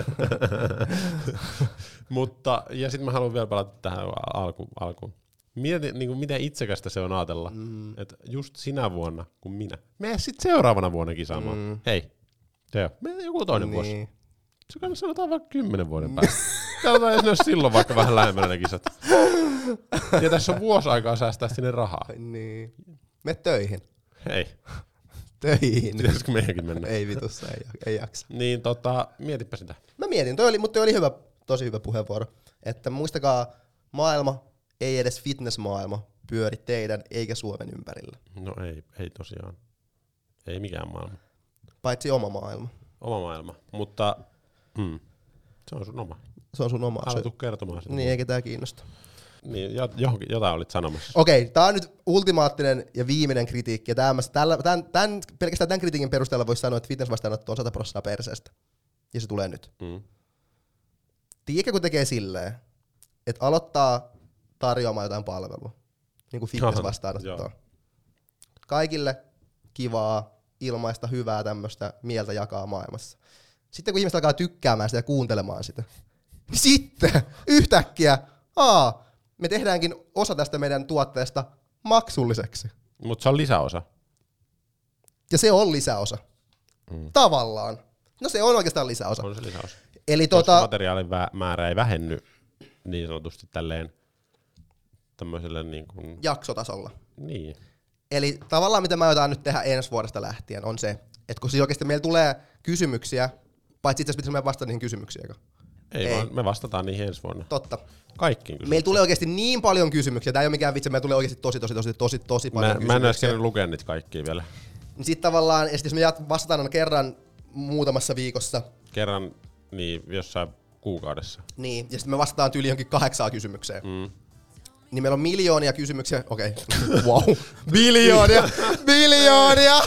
Mutta, ja sitten mä haluan vielä palata tähän alku, alkuun. Mieti, niin kuin miten itsekästä se on ajatella, mm. että just sinä vuonna kuin minä. Mene sitten seuraavana vuonna kisaamaan. Mm. Hei, Teo, mene joku toinen niin. vuosi. Se kannattaa sanotaan vaikka kymmenen vuoden päästä. Katsotaan, jos ne olisi silloin vaikka vähän lähemmänä ne kisat. Ja tässä on vuosi aikaa säästää sinne rahaa. Niin. Mene töihin. Hei. Töihin. Pitäisikö meidänkin mennä? Ei vitussa, ei, ei jaksa. Niin tota, mietipä sitä. Mä mietin, toi oli, mutta toi oli hyvä, tosi hyvä puheenvuoro. Että muistakaa, maailma, ei edes fitnessmaailma, pyöri teidän eikä Suomen ympärillä. No ei, ei tosiaan. Ei mikään maailma. Paitsi oma maailma. Oma maailma, mutta mm, se on sun oma. Se on sun oma Älä asia. tuu kertomaan sitä. Niin, eikä tää kiinnosta. Niin, johonkin, jotain olit sanomassa. Okei, tää on nyt ultimaattinen ja viimeinen kritiikki. Ja tämän, tämän, tämän, pelkästään tämän kritiikin perusteella voisi sanoa, että fitness-vastaanotto on sata prosenttia perseestä. Ja se tulee nyt. Mm. Tiedätkö, kun tekee silleen, että aloittaa tarjoamaan jotain palvelua, niin kuin fitness-vastaanottoa. Kaikille kivaa, ilmaista, hyvää tämmöistä mieltä jakaa maailmassa. Sitten kun ihmiset alkaa tykkäämään sitä ja kuuntelemaan sitä, niin sitten yhtäkkiä, aa, me tehdäänkin osa tästä meidän tuotteesta maksulliseksi. Mutta se on lisäosa. Ja se on lisäosa. Mm. Tavallaan. No se on oikeastaan lisäosa. On se lisäosa. Eli Koska tota, materiaalin vä- määrä ei vähenny niin sanotusti tälleen tämmöiselle niin kuin... jaksotasolla. Niin. Eli tavallaan mitä mä aiotaan nyt tehdä ensi vuodesta lähtien on se, että kun siis oikeasti meillä tulee kysymyksiä, paitsi itse asiassa pitäisi meidän vastata niihin kysymyksiin, eikö? Ei, ei, vaan me vastataan niihin ensi vuonna. Totta. Kaikkiin kysymyksiin. Meillä tulee oikeasti niin paljon kysymyksiä, tää ei ole mikään vitsi, meillä tulee oikeasti tosi, tosi, tosi, tosi, tosi paljon Mä, kysymyksiä. mä en edes kerran lukea niitä kaikkia vielä. Niin sit tavallaan, ja sit jos me jat- vastataan aina kerran muutamassa viikossa, Kerran niin jossain kuukaudessa. niin, ja sitten me vastataan tyyli johonkin kahdeksaan kysymykseen. Mm. Niin meillä on miljoonia kysymyksiä, okei, okay. Wow, biljoonia, biljoonia!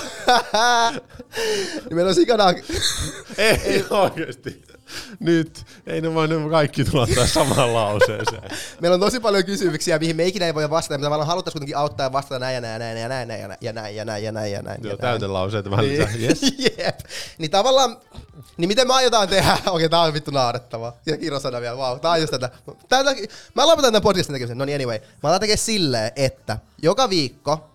Niin meillä on sikanaa... Ei, ei oikeesti. Nyt. Ei ne voi ne kaikki tulla tähän samaan lauseeseen. Meillä on tosi paljon kysymyksiä, mihin me ikinä ei voi vastata, mutta tavallaan haluttaisiin kuitenkin auttaa ja vastata näin ja näin ja näin ja näin ja näin ja näin ja näin ja näin. Joo, täytelauseita vähän lisää. Yes. Jep. Niin tavallaan, niin miten me aiotaan tehdä? Okei, tää on vittu naurettavaa. Ja kirosana vielä, vau, wow, tää on just tätä. tätä. Mä lopetan tämän podcastin tekemisen. No niin, anyway. Mä aloitan tekemään silleen, että joka viikko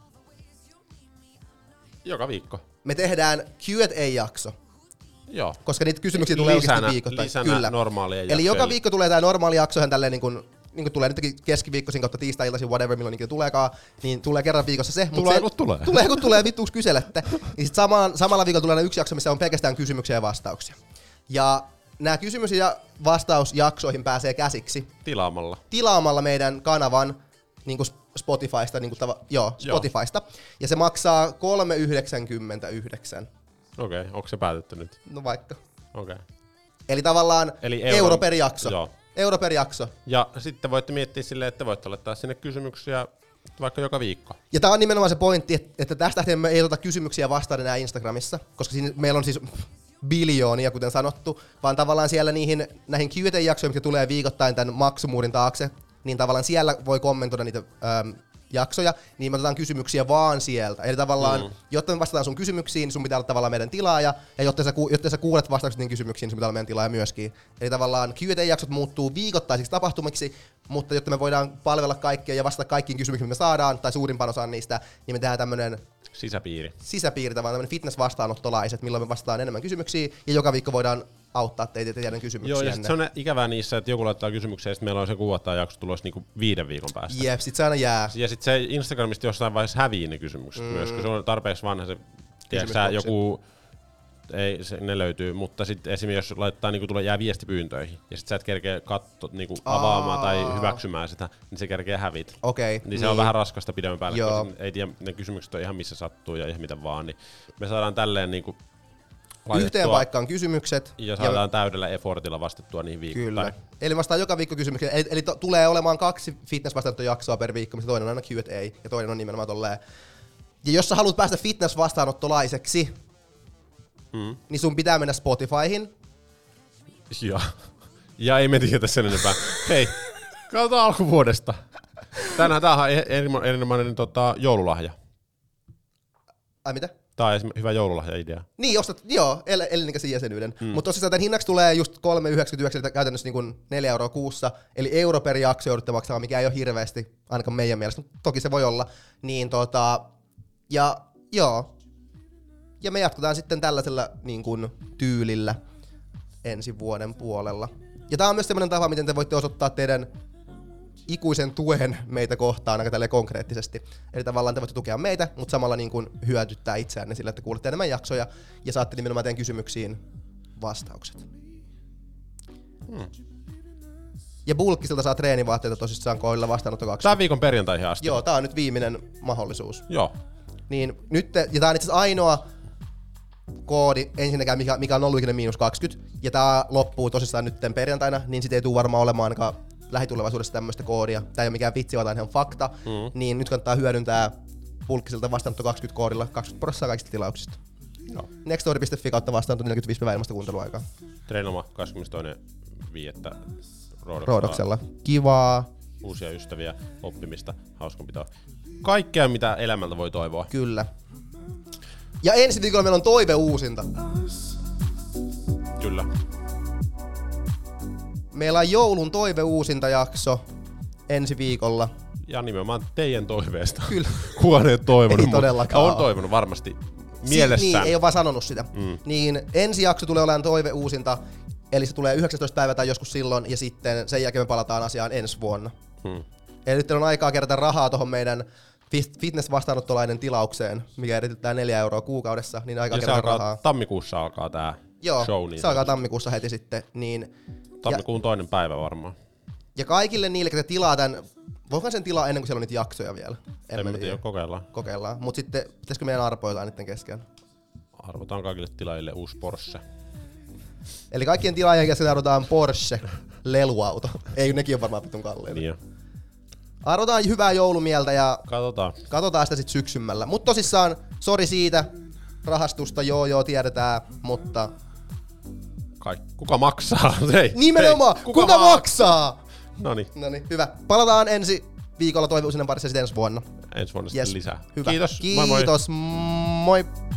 Joka viikko. me tehdään Q and A-jakso. Joo. Koska niitä kysymyksiä tulee lisänä, oikeasti viikoittain. lisänä Kyllä. normaalia Eli jaksoja. joka viikko tulee tää normaali jakso, ihan tälleen niin kuin, niin kuin tulee nytkin keskiviikkoisin kautta tiistai-iltaisin, whatever, milloin niitä tuleekaan, niin tulee kerran viikossa se. Tulee se, kun tulee. Tulee kun tulee, vittuus kyselette. Niin sit samaan, samalla viikolla tulee yksi jakso, missä on pelkästään kysymyksiä ja vastauksia. Ja nämä kysymys- ja vastausjaksoihin pääsee käsiksi Tilaamalla. tilaamalla meidän kanavan niin kuin Spotifysta, niin kuin tava, joo, Spotifysta. Joo. Ja se maksaa kolme yhdeksänkymmentäyhdeksän. Okei, okay, onko se päätetty nyt? No vaikka. Okei. Okay. Eli tavallaan Eli euro, euro per jakso. Joo. Euro per jakso. Ja sitten voitte miettiä silleen, että voitte laittaa sinne kysymyksiä vaikka joka viikko. Ja tää on nimenomaan se pointti, että tästä lähtien me ei oteta kysymyksiä vastaan enää Instagramissa, koska siinä meillä on siis biljoonia, kuten sanottu, vaan tavallaan siellä niihin, näihin Q and A-jaksoihin, mitkä tulee viikoittain tämän maksumuurin taakse, niin tavallaan siellä voi kommentoida niitä äm, jaksoja, niin me otetaan kysymyksiä vaan sieltä. Eli tavallaan, mm. jotta me vastataan sun kysymyksiin, sun pitää olla tavallaan meidän tilaaja, ja jotta sä, jotta sä kuulet vastaukset niihin kysymyksiin, niin sun pitää olla meidän tilaaja myöskin. Eli tavallaan Q and A-jaksot muuttuu viikoittaisiksi tapahtumiksi, mutta jotta me voidaan palvella kaikkia ja vastata kaikkiin kysymyksiin, mitä me saadaan, tai suurimpaan osaan niistä, niin me tehdään tämmönen Sisäpiiri. sisäpiiri, tavallaan tämmönen fitness-vastaanottolaiset, milloin me vastataan enemmän kysymyksiä, ja joka viikko voidaan auttaa teitä teidän kysymyksiä. Joo, ja sit se on ikävää niissä, että joku laittaa kysymyksiä, ja sitten meillä on se kuvataan jakso tulossa niinku viiden viikon päästä. Jep, sit se aina jää. Ja sit se Instagramista jossain vaiheessa hävii ne kysymykset mm. myös, kun se on tarpeeksi vanha se, tiedätkö joku, ei, se, ne löytyy, mutta sitten esimerkiksi jos laittaa, niinku tulee jää viestipyyntöihin, ja sit sä et kerkeä katso, niinku avaamaan tai hyväksymään sitä, niin se kerkeä hävit. Okei. Okay, niin se niin. on vähän raskasta pidemmän päälle, Joo. koska ei tiedä, ne kysymykset on ihan missä sattuu ja ihan mitä vaan, niin me saadaan tälleen niinku Laitettua. Yhteen paikkaan kysymykset. Ja saadaan ja täydellä effortilla vastattua niihin viikoittain. Kyllä. Eli vastaan joka viikko kysymyksiä. Eli, eli to, tulee olemaan kaksi fitness-vastaanottojaksoa per viikko, missä toinen on aina Q and A ja toinen on nimenomaan tolleen. Ja jos sä haluat päästä fitness-vastaanottolaiseksi, hmm. niin sun pitää mennä Spotifyhin. Ja, ja ei me tiedä sen enempää. Hei, katsotaan alkuvuodesta. Tänään tää on erinomainen tota, joululahja. Ai mitä? Tää on hyvä joululahja-idea. Niin, ostat, joo, el- elinikäisen jäsenyyden. Mm. Mutta tosissaan tämän hinnaksi tulee just kolme yhdeksänkymmentäyhdeksän, eli käytännössä niin kuin neljä euroa kuussa. Eli euro per jakso joudutte maksamaan, mikä ei ole hirveästi, ainakaan meidän mielestä, mutta toki se voi olla. Niin tota, ja joo. Ja me jatketaan sitten tällaisella niin kuin tyylillä ensi vuoden puolella. Ja tää on myös semmoinen tapa, miten te voitte osoittaa teidän ikuisen tuen meitä kohtaan aika tälleen konkreettisesti. Eli tavallaan te voitte tukea meitä, mutta samalla niin kuin hyödyttää itseänne sillä, että kuulette enemmän jaksoja ja saatte nimenomaan teidän kysymyksiin vastaukset. Hmm. Ja Bulkkisilta saa treenivaatteita tosissaan kohdilla vastaanotto kaksi. Tää viikon perjantaihin asti. Joo, tää on nyt viimeinen mahdollisuus. Joo. Niin nyt, te, ja tää on itse asiassa ainoa koodi ensinnäkään, mikä, mikä on ollut ikinä miinus kaksikymmentä, ja tää loppuu tosissaan nyt perjantaina, niin sit ei tule varmaan olemaan ainakaan lähitulevaisuudessa tämmöistä koodia. Tää ei ole mikään vitsi, vaan tää on ihan fakta. Mm. Niin nyt kannattaa hyödyntää Bulkkisilta vastaanotto kaksikymmentä koodilla kaksikymmentä prosenttia kaikista tilauksista. Joo. Nextory piste fi kautta vastaanotto neljäkymmentäviisi päivää ilmasta kuunteluaikaa. Treenoma kahdeskymmenestoinen viidettä Roodoksella. Kivaa. Uusia ystäviä, oppimista, hauskanpitoa. Kaikkea, mitä elämältä voi toivoa. Kyllä. Ja ensi viikolla meillä on toiveuusinta. Kyllä. Meillä on joulun toiveuusintajakso ensi viikolla. Ja nimenomaan teidän toiveesta. Kyllä. Kukaan ei toivonut. Ei todellakaan. On toivonut varmasti mielessään. Si- niin, ei ole vaan sanonut sitä. Mm. Niin ensi jakso tulee olemaan toiveuusinta, eli se tulee yhdeksästoista päivä tai joskus silloin, ja sitten sen jälkeen me palataan asiaan ensi vuonna. Mm. Eli nyt on aikaa kerätä rahaa tuohon meidän fitness-vastaanottolainen tilaukseen, mikä edellyttää neljä euroa kuukaudessa, niin aikaa ja kerätä alkaa, rahaa. Tammikuussa alkaa tää Joo, show. Niin se alkaa tammikuussa heti sitten. Niin, Tammikuun ja, toinen päivä varmaan. Ja kaikille niille, jotka tilaa tän, voihan sen tilaa ennen kuin siellä on niitä jaksoja vielä? En, en mä tiedä, kokeillaan. Kokeillaan, mutta sitten pitäisikö meidän arpoitaan niiden kesken? Arvotaan kaikille tilaajille uusi Porsche. Eli kaikkien tilaajien kesken arvotaan Porsche leluauto. Ei, nekin on varmaan vitun kalliita. Niin. Arvotaan hyvää joulumieltä ja katsotaan, katsotaan sitä sit syksymällä. Mutta tosissaan, sori siitä, rahastusta joo joo tiedetään, mutta... Kai, kuka maksaa? Hei, nimenomaan, hei, kuka, kuka maa... maksaa? Noniin. Noniin, hyvä. Palataan ensi viikolla toiveuusinen parissa sitten ensi vuonna. Ensi vuonna yes. sitten lisää. Hyvä. Kiitos. Kiitos. Moi moi. moi.